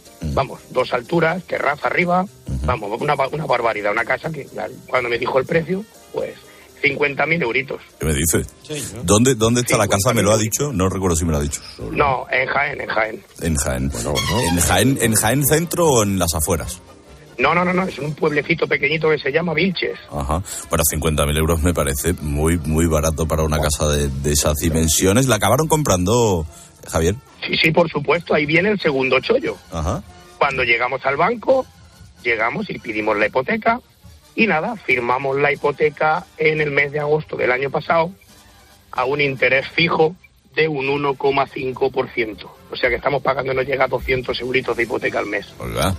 2 alturas, terraza arriba, una barbaridad, una casa que cuando me dijo el precio, pues 50.000 euritos. ¿Qué me dice? ¿Dónde está la casa? ¿Me lo ha dicho? No recuerdo si me lo ha dicho. No, en Jaén. En Jaén. ¿En Jaén centro o en las afueras? No, es un pueblecito pequeñito que se llama Vilches. Ajá. Bueno, 50.000 euros me parece muy, muy barato para una casa de esas dimensiones. ¿La acabaron comprando, Javier? Sí, por supuesto. Ahí viene el segundo chollo. Ajá. Cuando llegamos al banco, y pedimos la hipoteca. Y nada, firmamos la hipoteca en el mes de agosto del año pasado a un interés fijo de un 1,5%. O sea que estamos pagando, nos llega a 200 euritos de hipoteca al mes. Oiga.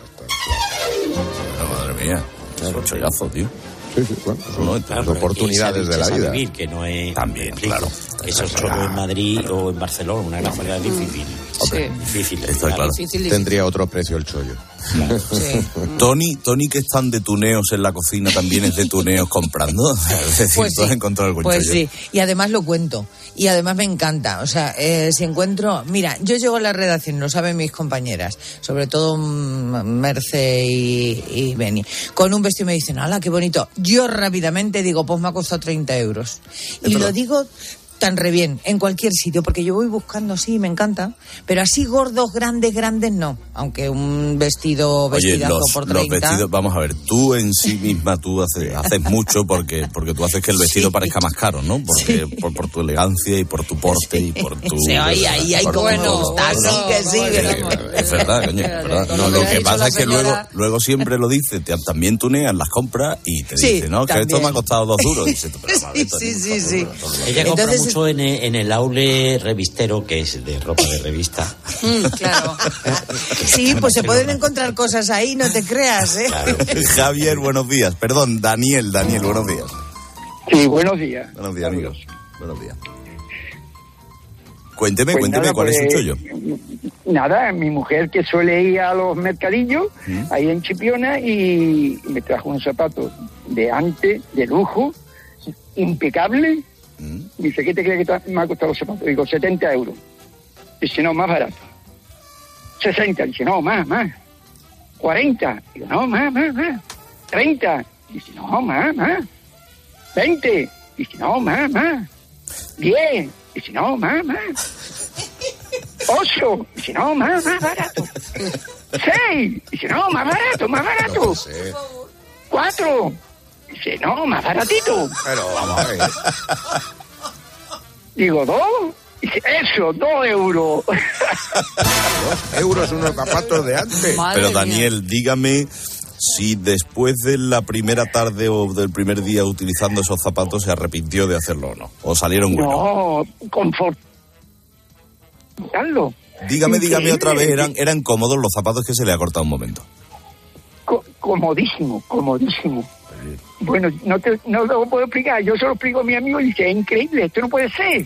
Madre mía, es un chollazo, tío. Sí, las oportunidades de la vida. Vivir, que no es... También, claro. Eso solo en Madrid o en Barcelona, una localidad difícil. Difícil. Está claro. Tendría otro precio el chollo. Sí. Tony, que están de tuneos en la cocina, también es de tuneos comprando. Es decir, pues tú has encontrado algún pues chollo. Sí, y además lo cuento. Y además me encanta. O sea, si encuentro... Mira, yo llego a la redacción, lo saben mis compañeras, sobre todo Merce y Beni, con un vestido y me dicen, ¡hala, qué bonito! Yo rápidamente digo, pues me ha costado 30 euros. Y lo digo tan re bien, en cualquier sitio, porque yo voy buscando, sí, me encanta, pero así gordos, grandes no, aunque un vestidazo por 30... los vestidos, vamos a ver, tú en sí misma, tú haces mucho porque tú haces que el vestido parezca más caro, ¿no? Porque por tu elegancia y por tu porte y por tu... Sí, ahí hay como así que sí. Es verdad, coño, es verdad. No, lo que pasa es que luego siempre lo dice, también tunean las compras y te dice, no, que esto me ha costado 2 duros. Dice, sí. Ella compra mucho mucho en el aule revistero, que es de ropa de revista. Claro. Sí, pues se pueden encontrar cosas ahí, no te creas, ¿eh? Claro. Javier, buenos días. Perdón, Daniel, buenos días. Sí, buenos días. Buenos días, amigos. Buenos días. Cuénteme, nada, ¿cuál es su chollo? Nada, mi mujer que suele ir a los mercadillos, ahí en Chipiona, y me trajo unos zapatos de antes, de lujo, impecable. Dice, ¿qué te crees que me ha costado los zapatos? Digo, 70 euros. Dice, no, más barato. 60. Dice, no, más. 40. Digo, no, más. 30. Dice, no, más. 20. Dice, no, más. 10. Dice, no, más. 8. Dice, no, más barato. 6. Dice, no, más barato. 4. Dice, no, más baratito. Pero vamos a ver. Digo, 2. Dice, eso, 2 euros. 2 euros unos zapatos de antes. Pero Daniel, dígame si después de la primera tarde o del primer día utilizando esos zapatos se arrepintió de hacerlo o no. ¿O salieron buenos? No, confortarlo. Dígame otra vez, ¿eran cómodos los zapatos que se le ha cortado un momento? Comodísimo. Bueno, no lo puedo explicar, yo se lo explico a mi amigo y dice, es increíble, esto no puede ser.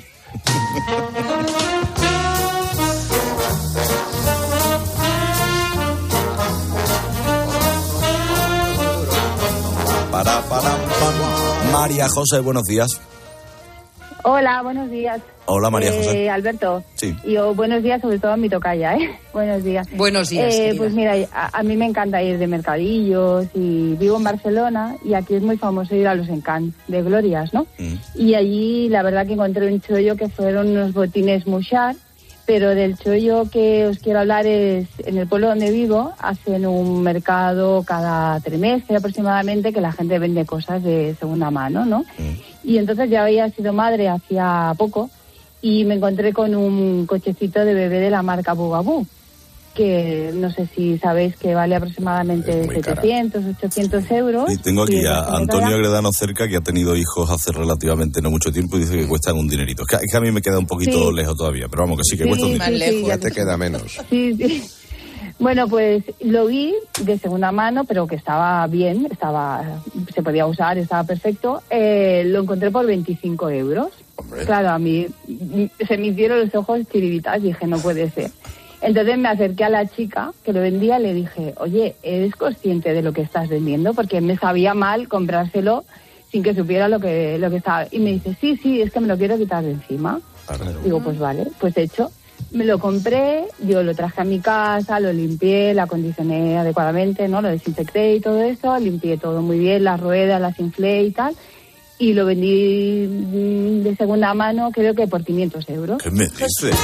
María José, buenos días. Hola, buenos días. Hola, María José. Alberto. Sí. Yo, buenos días, sobre todo a mi tocaya, ¿eh? Buenos días. Buenos días, pues mira, a mí me encanta ir de mercadillos y vivo en Barcelona y aquí es muy famoso ir a los Encants de Glorias, ¿no? Y allí la verdad que encontré un chollo que fueron unos botines Mouchard, pero del chollo que os quiero hablar es en el pueblo donde vivo, hacen un mercado cada trimestre aproximadamente que la gente vende cosas de segunda mano, ¿no? Y entonces ya había sido madre hacía poco y me encontré con un cochecito de bebé de la marca Bugaboo, que no sé si sabéis que vale aproximadamente 700, 800 euros. Y tengo aquí a Antonio Agredano cerca, que ha tenido hijos hace relativamente no mucho tiempo y dice que cuestan un dinerito. Es que a mí me queda un poquito lejos todavía, pero vamos, que sí que cuesta un dinero. Más lejos, ya te queda menos. Sí. Bueno, pues lo vi de segunda mano, pero que estaba bien, se podía usar, estaba perfecto. Lo encontré por 25 euros. Hombre. Claro, a mí se me hicieron los ojos chiribitas, dije, no puede ser. Entonces me acerqué a la chica que lo vendía y le dije, oye, ¿eres consciente de lo que estás vendiendo? Porque me sabía mal comprárselo sin que supiera lo que estaba. Y me dice, sí, es que me lo quiero quitar de encima. Digo, pues vale, pues hecho. Me lo compré, yo lo traje a mi casa, lo limpié, lo acondicioné adecuadamente, ¿no? Lo desinfecté y todo eso, limpié todo muy bien, las ruedas las inflé y tal, y lo vendí de segunda mano, creo que por 500 euros. ¿Qué me dices?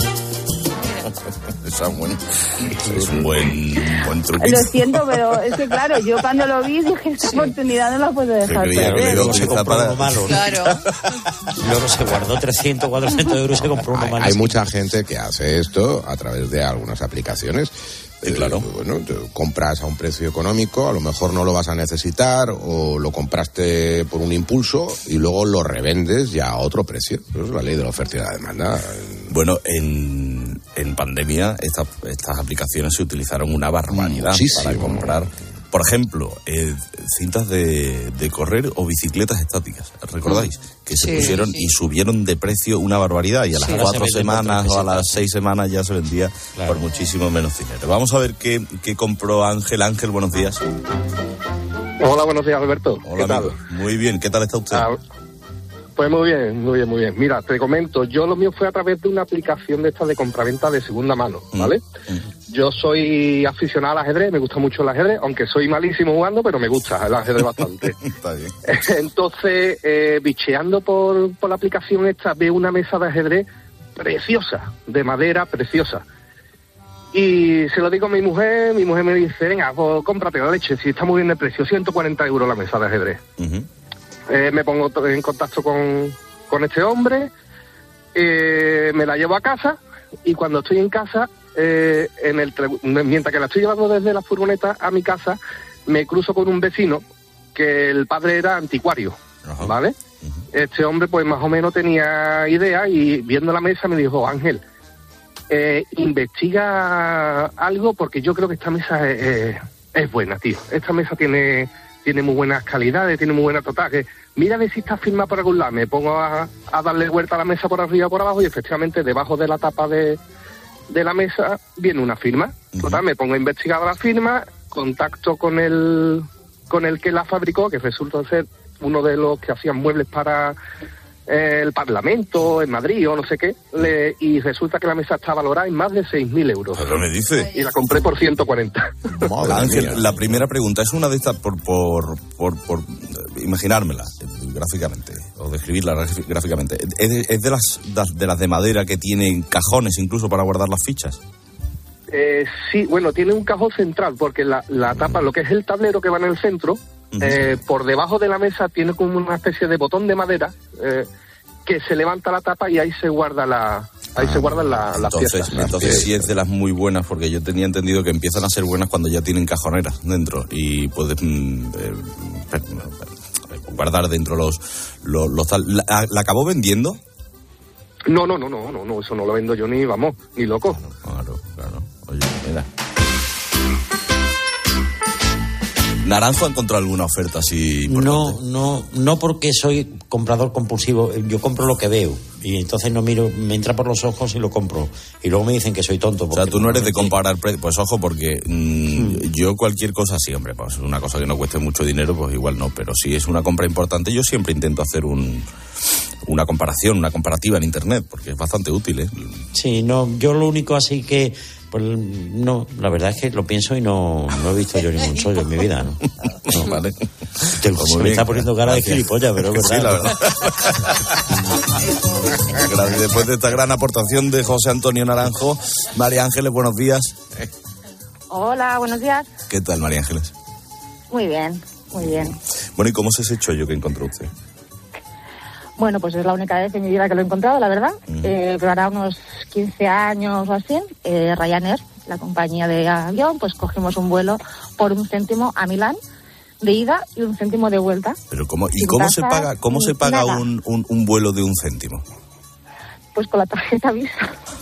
Es un buen truquito. Lo siento, pero es que claro, yo cuando lo vi dije, esta oportunidad no la puedo dejar perder. Luego se compró uno malo. Claro. Luego se guardó 300, 400 euros y se compró uno malo. Hay mucha gente que hace esto a través de algunas aplicaciones. Claro. Bueno, te compras a un precio económico, a lo mejor no lo vas a necesitar o lo compraste por un impulso y luego lo revendes ya a otro precio. Eso es la ley de la oferta y la demanda. Bueno, en pandemia estas aplicaciones se utilizaron una barbaridad para comprar, por ejemplo, cintas de correr o bicicletas estáticas, ¿recordáis? Que se pusieron y subieron de precio una barbaridad y a las 4 semanas o a las 6 semanas ya se vendía por muchísimo menos dinero. Vamos a ver qué compró Ángel. Ángel, buenos días. Hola, buenos días, Alberto. Hola, ¿qué amigo. tal? Muy bien, ¿qué tal está usted? Pues muy bien. Mira, te comento, yo lo mío fue a través de una aplicación de esta de compraventa de segunda mano, ¿vale? Yo soy aficionado al ajedrez, me gusta mucho el ajedrez, aunque soy malísimo jugando, pero me gusta el ajedrez bastante. Está bien. Entonces, bicheando por la aplicación esta, veo una mesa de ajedrez preciosa, de madera preciosa. Y se lo digo a mi mujer me dice, venga, pues cómprate la leche, si está muy bien de precio, 140 euros la mesa de ajedrez. Me pongo en contacto con este hombre, me la llevo a casa y cuando estoy en casa, mientras que la estoy llevando desde la furgoneta a mi casa, me cruzo con un vecino que el padre era anticuario, ¿vale? Este hombre pues más o menos tenía idea y viendo la mesa me dijo, Ángel, investiga algo porque yo creo que esta mesa es buena, tío. Esta mesa tiene muy buenas calidades, tiene muy buena total. Mira a ver si está firmada por algún lado. Me pongo a darle vuelta a la mesa por arriba y por abajo y efectivamente debajo de la tapa de la mesa viene una firma. Total, me pongo a investigar la firma, contacto con el que la fabricó, que resulta ser uno de los que hacían muebles para el Parlamento en Madrid o no sé qué, y resulta que la mesa está valorada en más de 6.000 euros. ¿Pero me dice? Y la compré por 140. Ángel, la primera pregunta es una de estas por imaginármela gráficamente o describirla gráficamente. ¿Es de las de madera que tienen cajones incluso para guardar las fichas? Sí, bueno, tiene un cajón central porque la tapa, lo que es el tablero que va en el centro, por debajo de la mesa tiene como una especie de botón de madera que se levanta la tapa y ahí se guarda las piezas. Entonces sí es de las muy buenas, porque yo tenía entendido que empiezan a ser buenas cuando ya tienen cajoneras dentro y puedes guardar dentro los ¿La acabó vendiendo? No, eso no lo vendo yo ni loco. Claro. Oye, mira. ¿Naranjo ha encontrado alguna oferta así importante? No porque soy comprador compulsivo. Yo compro lo que veo y entonces no miro, me entra por los ojos y lo compro. Y luego me dicen que soy tonto. O sea, tú no eres de comparar precios. Pues ojo, porque yo cualquier cosa, sí, hombre, pues una cosa que no cueste mucho dinero, pues igual no. Pero si es una compra importante, yo siempre intento hacer una comparación, una comparativa en Internet, porque es bastante útil, ¿eh? Sí, no, yo lo único así que... Pues no, la verdad es que lo pienso y no he visto yo ningún chollo en mi vida, ¿no? Vale. Se me está poniendo cara de gilipollas, pero es verdad. Sí, la verdad. Después de esta gran aportación de José Antonio Naranjo, María Ángeles, buenos días. Hola, buenos días. ¿Qué tal, María Ángeles? Muy bien. Bueno, ¿y cómo es ese chollo que encontró usted? Bueno, pues es la única vez en mi vida que lo he encontrado, la verdad. Pero hará unos 15 años o así, Ryanair, la compañía de avión, pues cogimos un vuelo por 1 céntimo a Milán de ida y 1 céntimo de vuelta. Pero ¿cómo se paga un vuelo de 1 céntimo? Pues con la tarjeta Visa.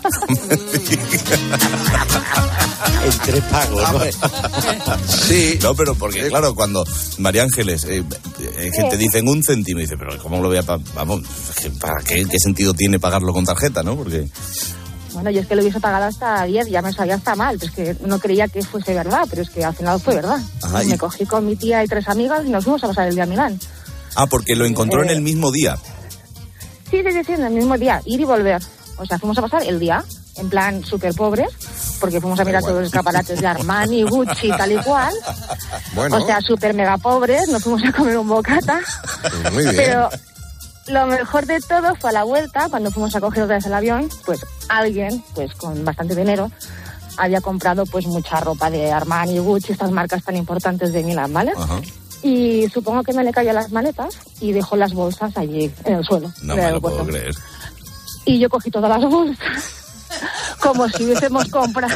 En 3 pagos, ¿no? Sí. No, pero porque, claro, cuando María Ángeles, gente dice 1 céntimo, y dice, pero ¿cómo lo voy a pagar? Vamos, ¿para qué sentido tiene pagarlo con tarjeta, no? Porque... Bueno, yo es que lo hubiese pagado hasta 10, ya me sabía hasta mal, pero es que no creía que fuese verdad, pero es que al final fue verdad. Ajá, me cogí con mi tía y 3 amigas y nos fuimos a pasar el día a Milán. Ah, porque lo encontró en el mismo día. Sí, en el mismo día, ir y volver. O sea, fuimos a pasar el día, en plan súper pobres, porque fuimos a mirar todos los escaparates de Armani, Gucci, tal y cual. Bueno. O sea, súper mega pobres, nos fuimos a comer un bocata. Muy bien. Pero lo mejor de todo fue a la vuelta, cuando fuimos a coger otra vez el avión, pues alguien, pues con bastante dinero, había comprado pues mucha ropa de Armani, Gucci, estas marcas tan importantes de Milán, ¿vale? Ajá. Y supongo que me le cayó las maletas y dejó las bolsas allí en el suelo. No me lo puedo creer. Y yo cogí todas las bolsas, como si hubiésemos comprado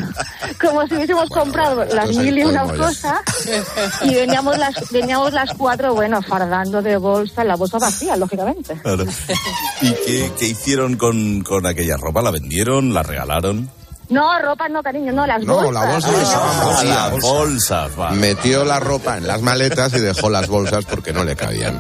las 1001 cosas, y veníamos las 4, bueno, fardando de bolsa, la bolsa vacía, lógicamente. Claro. ¿Y qué hicieron con aquella ropa? ¿La vendieron? ¿La regalaron? No, ropa no, cariño, no, las bolsas. No, la bolsa las bolsas. Va. Metió la ropa en las maletas y dejó las bolsas porque no le cabían.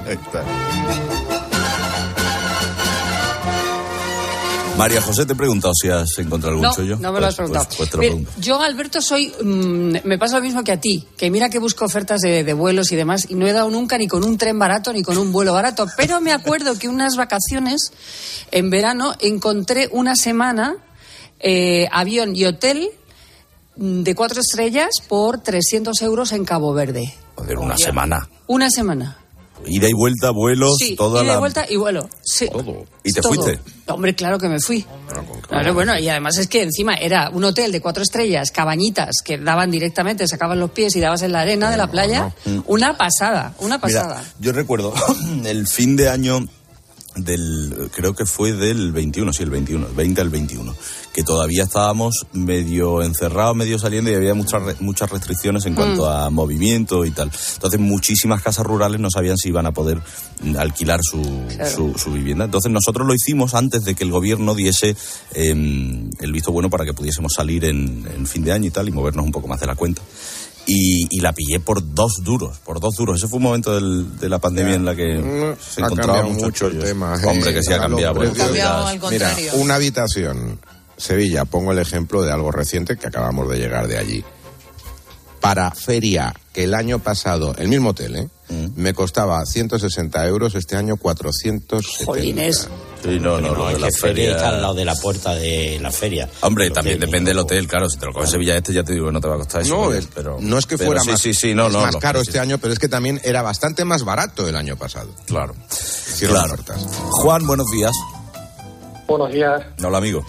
María José, te he preguntado si has encontrado algún chollo. No me lo has preguntado. Pues te lo pregunto. Yo, Alberto, me pasa lo mismo que a ti, que mira que busco ofertas de vuelos y demás, y no he dado nunca ni con un tren barato ni con un vuelo barato, pero me acuerdo que unas vacaciones en verano encontré una semana avión y hotel de 4 estrellas por 300 euros en Cabo Verde. Joder, una semana. Una semana. Ida y vuelta, vuelos, sí, toda ida y vuelta y vuelo. Sí. Todo. ¿Y te todo. fuiste? Hombre, claro que me fui. Claro, bueno, y además es que encima era un hotel de 4 estrellas, cabañitas que daban directamente, sacaban los pies y dabas en la arena de la playa. Una pasada. Mira, yo recuerdo el fin de año creo que fue del 21, sí, el 20 al 21, que todavía estábamos medio encerrados, medio saliendo y había muchas restricciones en cuanto a movimiento y tal. Entonces muchísimas casas rurales no sabían si iban a poder alquilar su vivienda. Entonces nosotros lo hicimos antes de que el gobierno diese el visto bueno para que pudiésemos salir en fin de año y tal y movernos un poco más de la cuenta. Y la pillé por 2 duros. Ese fue un momento de la pandemia en la que se encontraba mucho el tema. Hombre, que sí ha cambiado. Mira, una habitación, Sevilla, pongo el ejemplo de algo reciente que acabamos de llegar de allí. Para feria, que el año pasado, el mismo hotel, me costaba 160 euros, este año 470. Jolines. Sí, no, es la que feria está al lado de la puerta de la feria. Hombre, también depende del hotel, claro. Si te lo coges Sevilla ya te digo que no te va a costar eso. No es que fuera más, más caro precios. Este año, pero es que también era bastante más barato el año pasado. Claro. Claro. Juan, buenos días. Buenos días. Hola, amigo.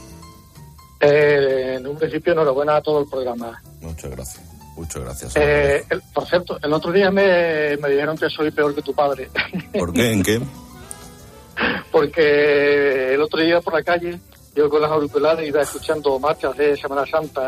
En un principio, enhorabuena a todo el programa. Muchas gracias. Por cierto, el otro día me dijeron que soy peor que tu padre. ¿Por qué? ¿En qué? Porque el otro día por la calle, yo con las auriculares iba escuchando marchas de Semana Santa.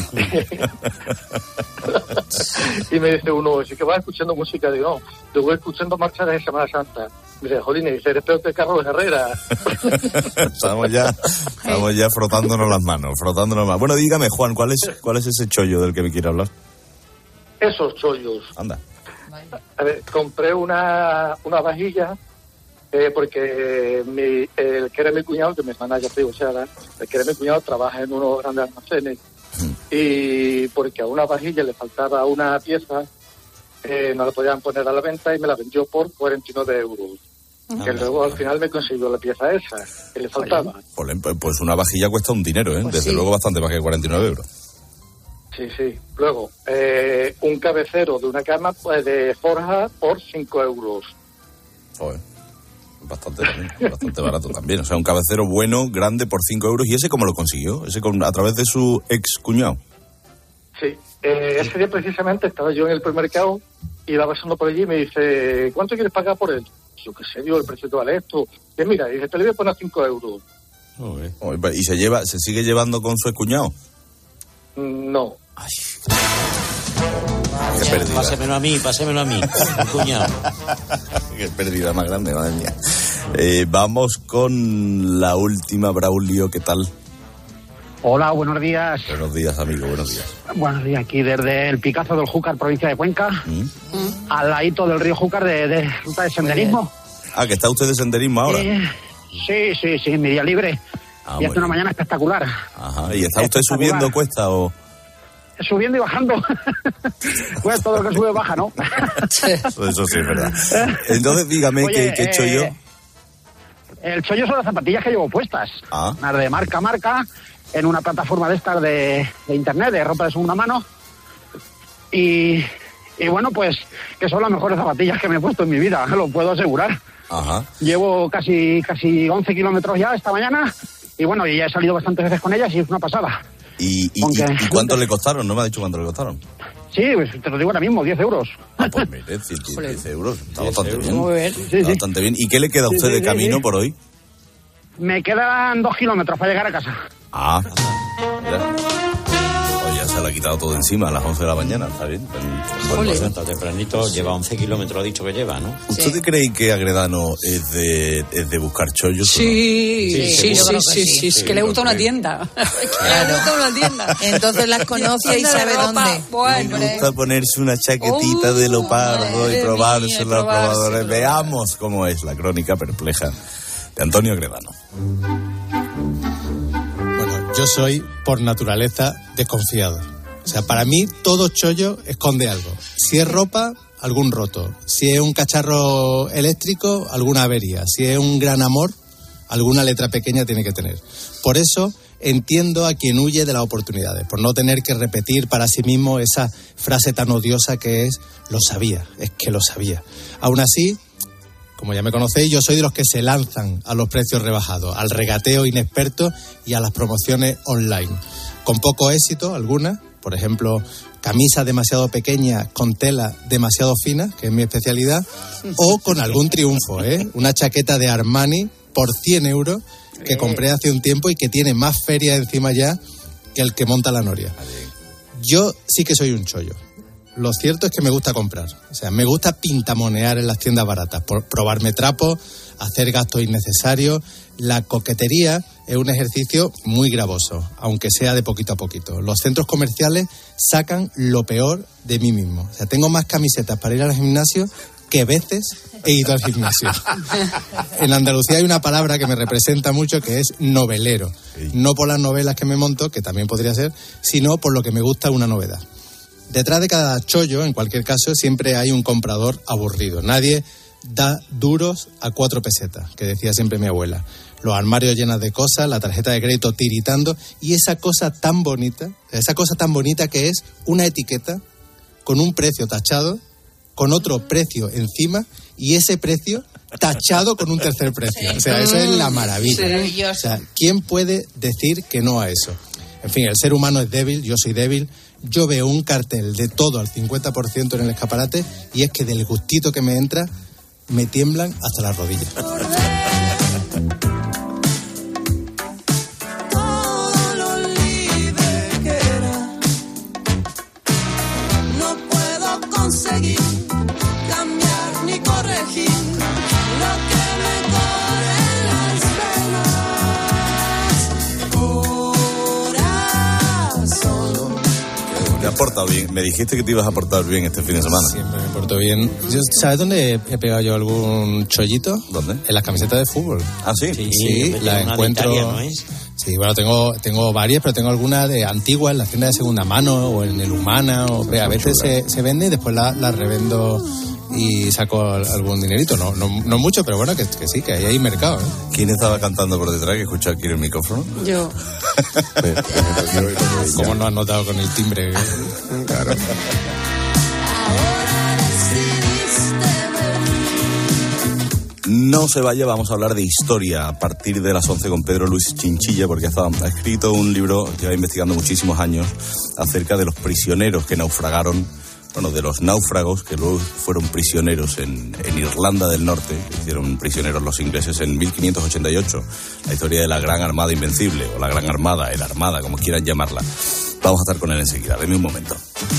Y me dice uno, ¿sí que vas escuchando música? Digo, no, yo voy escuchando marchas de Semana Santa. Me dice, jolín, eres peor que Carlos Herrera. Estamos ya frotándonos las manos. Bueno, dígame, Juan, ¿cuál es ese chollo del que me quiere hablar? Esos chollos. Anda. A ver, compré una vajilla porque el que era mi cuñado, que mi hermana ya te digo, el que era mi cuñado trabaja en unos grandes almacenes y porque a una vajilla le faltaba una pieza, no la podían poner a la venta y me la vendió por 49 euros. Que luego al final me consiguió la pieza esa, que le faltaba. Pues una vajilla cuesta un dinero, ¿eh? Desde luego bastante más que 49 euros. Sí. Luego, un cabecero de una cama de forja por 5 euros. Joder. Bastante barato también. O sea, un cabecero bueno, grande, por 5 euros. ¿Y ese cómo lo consiguió? ¿A través de su ex cuñado? Sí. Ese día precisamente estaba yo en el supermercado, iba pasando por allí y me dice, ¿cuánto quieres pagar por él? Yo qué sé, el precio que vale esto. Y mira, dice, te le voy a poner 5 euros. ¿Y se sigue llevando con su ex cuñado? No. Ay. Qué pérdida. Pásemelo a mí, cuñado. Qué pérdida más grande, madre mía. Vamos con la última, Braulio, ¿qué tal? Hola, buenos días. Buenos días, amigo, buenos días. Buenos días, aquí desde el Picazo del Júcar, provincia de Cuenca, al ladito del río Júcar de ruta de senderismo. Que está usted de senderismo ahora. Sí, mi día libre. Y hace una mañana espectacular. Ajá, ¿y está usted subiendo cuesta o...? Subiendo y bajando. Pues todo lo que sube baja, ¿no? Eso sí es verdad. Entonces dígame, ¿qué chollo? El chollo son las zapatillas que llevo puestas. Las de marca, en una plataforma de estas de internet, de ropa de segunda mano. Y bueno, pues que son las mejores zapatillas que me he puesto en mi vida, lo puedo asegurar. Ajá. Llevo casi 11 kilómetros ya esta mañana. Y bueno, ya he salido bastantes veces con ellas y es una pasada. ¿Y cuánto le costaron? ¿No me ha dicho cuánto le costaron? Sí, pues te lo digo ahora mismo, 10 euros. Pues mire, 10 euros. Está bastante bien. Muy bien. Sí. Bastante bien. ¿Y qué le queda a usted de camino por hoy? Me quedan 2 kilómetros para llegar a casa. Mira. Ya se le ha quitado todo encima a las 11 de la mañana, ¿está bien? Está tempranito, lleva 11 kilómetros, ha dicho que lleva, ¿no? ¿Ustedes creen que Agredano es de buscar chollos? Sí, es que le gusta una tienda. Claro. Le gusta una tienda. Entonces las conoce y sabe dónde. Bueno, le gusta ponerse una chaquetita de leopardo y probársela a los probadores. Veamos cómo es la crónica perpleja de Antonio Agredano. Yo soy, por naturaleza, desconfiado. O sea, para mí, todo chollo esconde algo. Si es ropa, algún roto. Si es un cacharro eléctrico, alguna avería. Si es un gran amor, alguna letra pequeña tiene que tener. Por eso, entiendo a quien huye de las oportunidades, por no tener que repetir para sí mismo esa frase tan odiosa que es, lo sabía, es que lo sabía. Aún así, como ya me conocéis, yo soy de los que se lanzan a los precios rebajados, al regateo inexperto y a las promociones online. Con poco éxito, algunas. Por ejemplo, camisas demasiado pequeñas con tela demasiado fina, que es mi especialidad, o con algún triunfo, una chaqueta de Armani por 100 euros que compré hace un tiempo y que tiene más feria encima ya que el que monta la noria. Yo sí que soy un chollo. Lo cierto es que me gusta comprar. O sea, me gusta pintamonear en las tiendas baratas, probarme trapos, hacer gastos innecesarios. La coquetería es un ejercicio muy gravoso, aunque sea de poquito a poquito. Los centros comerciales sacan lo peor de mí mismo. O sea, tengo más camisetas para ir al gimnasio que veces he ido al gimnasio. En Andalucía hay una palabra que me representa mucho, que es novelero. No por las novelas que me monto, que también podría ser, sino por lo que me gusta una novedad. Detrás de cada chollo, en cualquier caso, siempre hay un comprador aburrido. Nadie da duros a 4 pesetas, que decía siempre mi abuela. Los armarios llenos de cosas, la tarjeta de crédito tiritando, y esa cosa tan bonita que es una etiqueta con un precio tachado, con otro precio encima, y ese precio tachado con un tercer precio. O sea, eso es la maravilla. O sea, ¿quién puede decir que no a eso? En fin, el ser humano es débil, yo soy débil. Yo veo un cartel de todo al 50% en el escaparate y es que del gustito que me entra me tiemblan hasta las rodillas. Todo lo libre que era, no puedo conseguir cambiar ni corregir lo que me corre en las venas. Corazón. Te has portado bien. Me dijiste que te ibas a portar bien este fin de semana. Siempre me porto bien. ¿Sabes dónde he pegado yo algún chollito? ¿Dónde? En las camisetas de fútbol. ¿Ah, sí? Sí, la encuentro. Italia, ¿no es? Sí, bueno, tengo varias, pero tengo algunas de antiguas en las tiendas de segunda mano o en el Humana. A veces se vende y después las revendo y saco algún dinerito. No mucho, pero bueno, que sí, que ahí hay mercado. ¿Quién estaba cantando por detrás que escucha aquí en el micrófono? Yo. ¿Cómo no has notado con el timbre? Claro. No se vaya, vamos a hablar de historia a partir de las 11 con Pedro Luis Chinchilla, porque ha escrito un libro, lleva investigando muchísimos años, acerca de los prisioneros que naufragaron, de los náufragos que luego fueron prisioneros en Irlanda del Norte, hicieron prisioneros los ingleses en 1588, la historia de la Gran Armada Invencible, o la Gran Armada, el Armada, como quieran llamarla. Vamos a estar con él enseguida, denme un momento.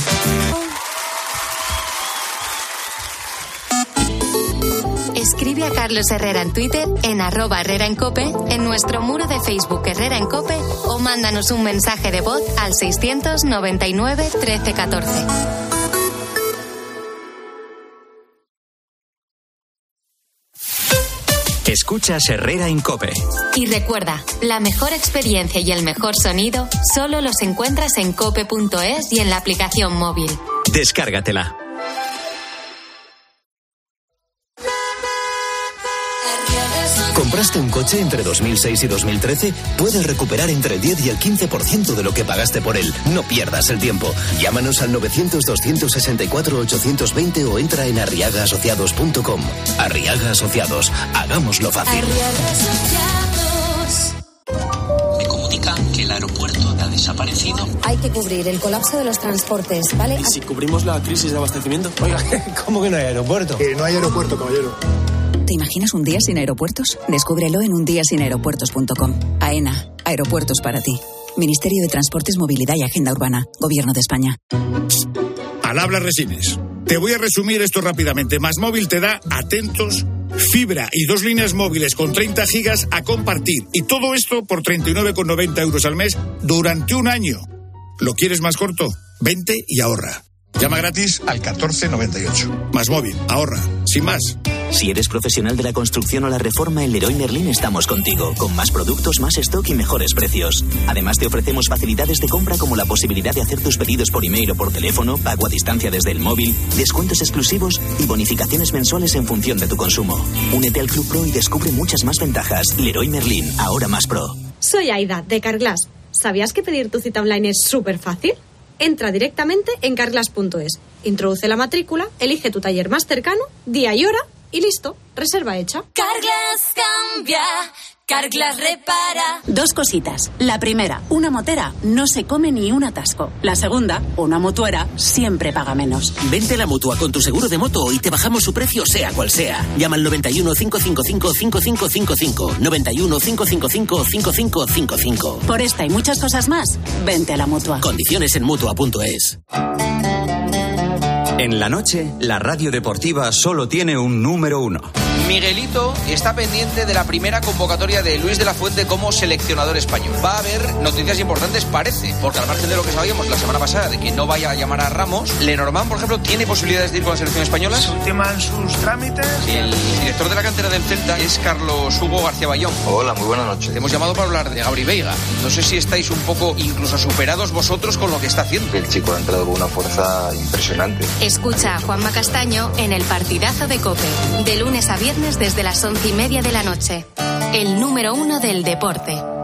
Escribe a Carlos Herrera en Twitter, en @HerreraEnCope, en nuestro muro de Facebook Herrera en Cope, o mándanos un mensaje de voz al 699 13 14. Escuchas Herrera en Cope. Y recuerda, la mejor experiencia y el mejor sonido solo los encuentras en cope.es y en la aplicación móvil. Descárgatela. ¿Compraste un coche entre 2006 y 2013? Puedes recuperar entre el 10 y el 15% de lo que pagaste por él. No pierdas el tiempo. Llámanos al 900-264-820 o entra en arriagaasociados.com. Arriaga Asociados. Hagámoslo fácil. Me comunican que el aeropuerto ha desaparecido. Hay que cubrir el colapso de los transportes, ¿vale? ¿Y si cubrimos la crisis de abastecimiento? Oiga, ¿cómo que no hay aeropuerto? Que no hay aeropuerto, caballero. ¿Te imaginas un día sin aeropuertos? Descúbrelo en undiasinaeropuertos.com. AENA, aeropuertos para ti. Ministerio de Transportes, Movilidad y Agenda Urbana. Gobierno de España. Al habla Resines. Te voy a resumir esto rápidamente. MásMóvil te da, atentos, fibra y 2 líneas móviles con 30 gigas a compartir. Y todo esto por 39,90 euros al mes durante un año. ¿Lo quieres más corto? Vente y ahorra. Llama gratis al 1498. MásMóvil, ahorra, sin más. Si eres profesional de la construcción o la reforma, en Leroy Merlin estamos contigo, con más productos, más stock y mejores precios. Además, te ofrecemos facilidades de compra como la posibilidad de hacer tus pedidos por email o por teléfono, pago a distancia desde el móvil, descuentos exclusivos y bonificaciones mensuales en función de tu consumo. Únete al Club Pro y descubre muchas más ventajas. Leroy Merlin, ahora más pro. Soy Aida, de Carglass. ¿Sabías que pedir tu cita online es súper fácil? Entra directamente en carglass.es, introduce la matrícula, elige tu taller más cercano, día y hora, y listo, reserva hecha. Carglass cambia, Carglass repara. Dos cositas. La primera, una motera no se come ni un atasco. La segunda, una mutuera siempre paga menos. Vente a la Mutua con tu seguro de moto y te bajamos su precio sea cual sea. Llama al 91 555 5555. 91 555 5555. Por esta y muchas cosas más, vente a la Mutua. Condiciones en Mutua.es. En la noche, la radio deportiva solo tiene un número 1. Miguelito está pendiente de la primera convocatoria de Luis de la Fuente como seleccionador español. Va a haber noticias importantes, parece, porque al margen de lo que sabíamos la semana pasada de que no vaya a llamar a Ramos, Lenormand, por ejemplo, ¿tiene posibilidades de ir con la selección española? Se ultiman sus trámites. El director de la cantera del Celta es Carlos Hugo García Bayón. Hola, muy buenas noches. Te hemos llamado para hablar de Gabri Veiga. No sé si estáis un poco incluso superados vosotros con lo que está haciendo. El chico ha entrado con una fuerza impresionante. Escucha a Juanma Castaño en el partidazo de COPE, de lunes a viernes desde las 11:30 de la noche. El número 1 del deporte.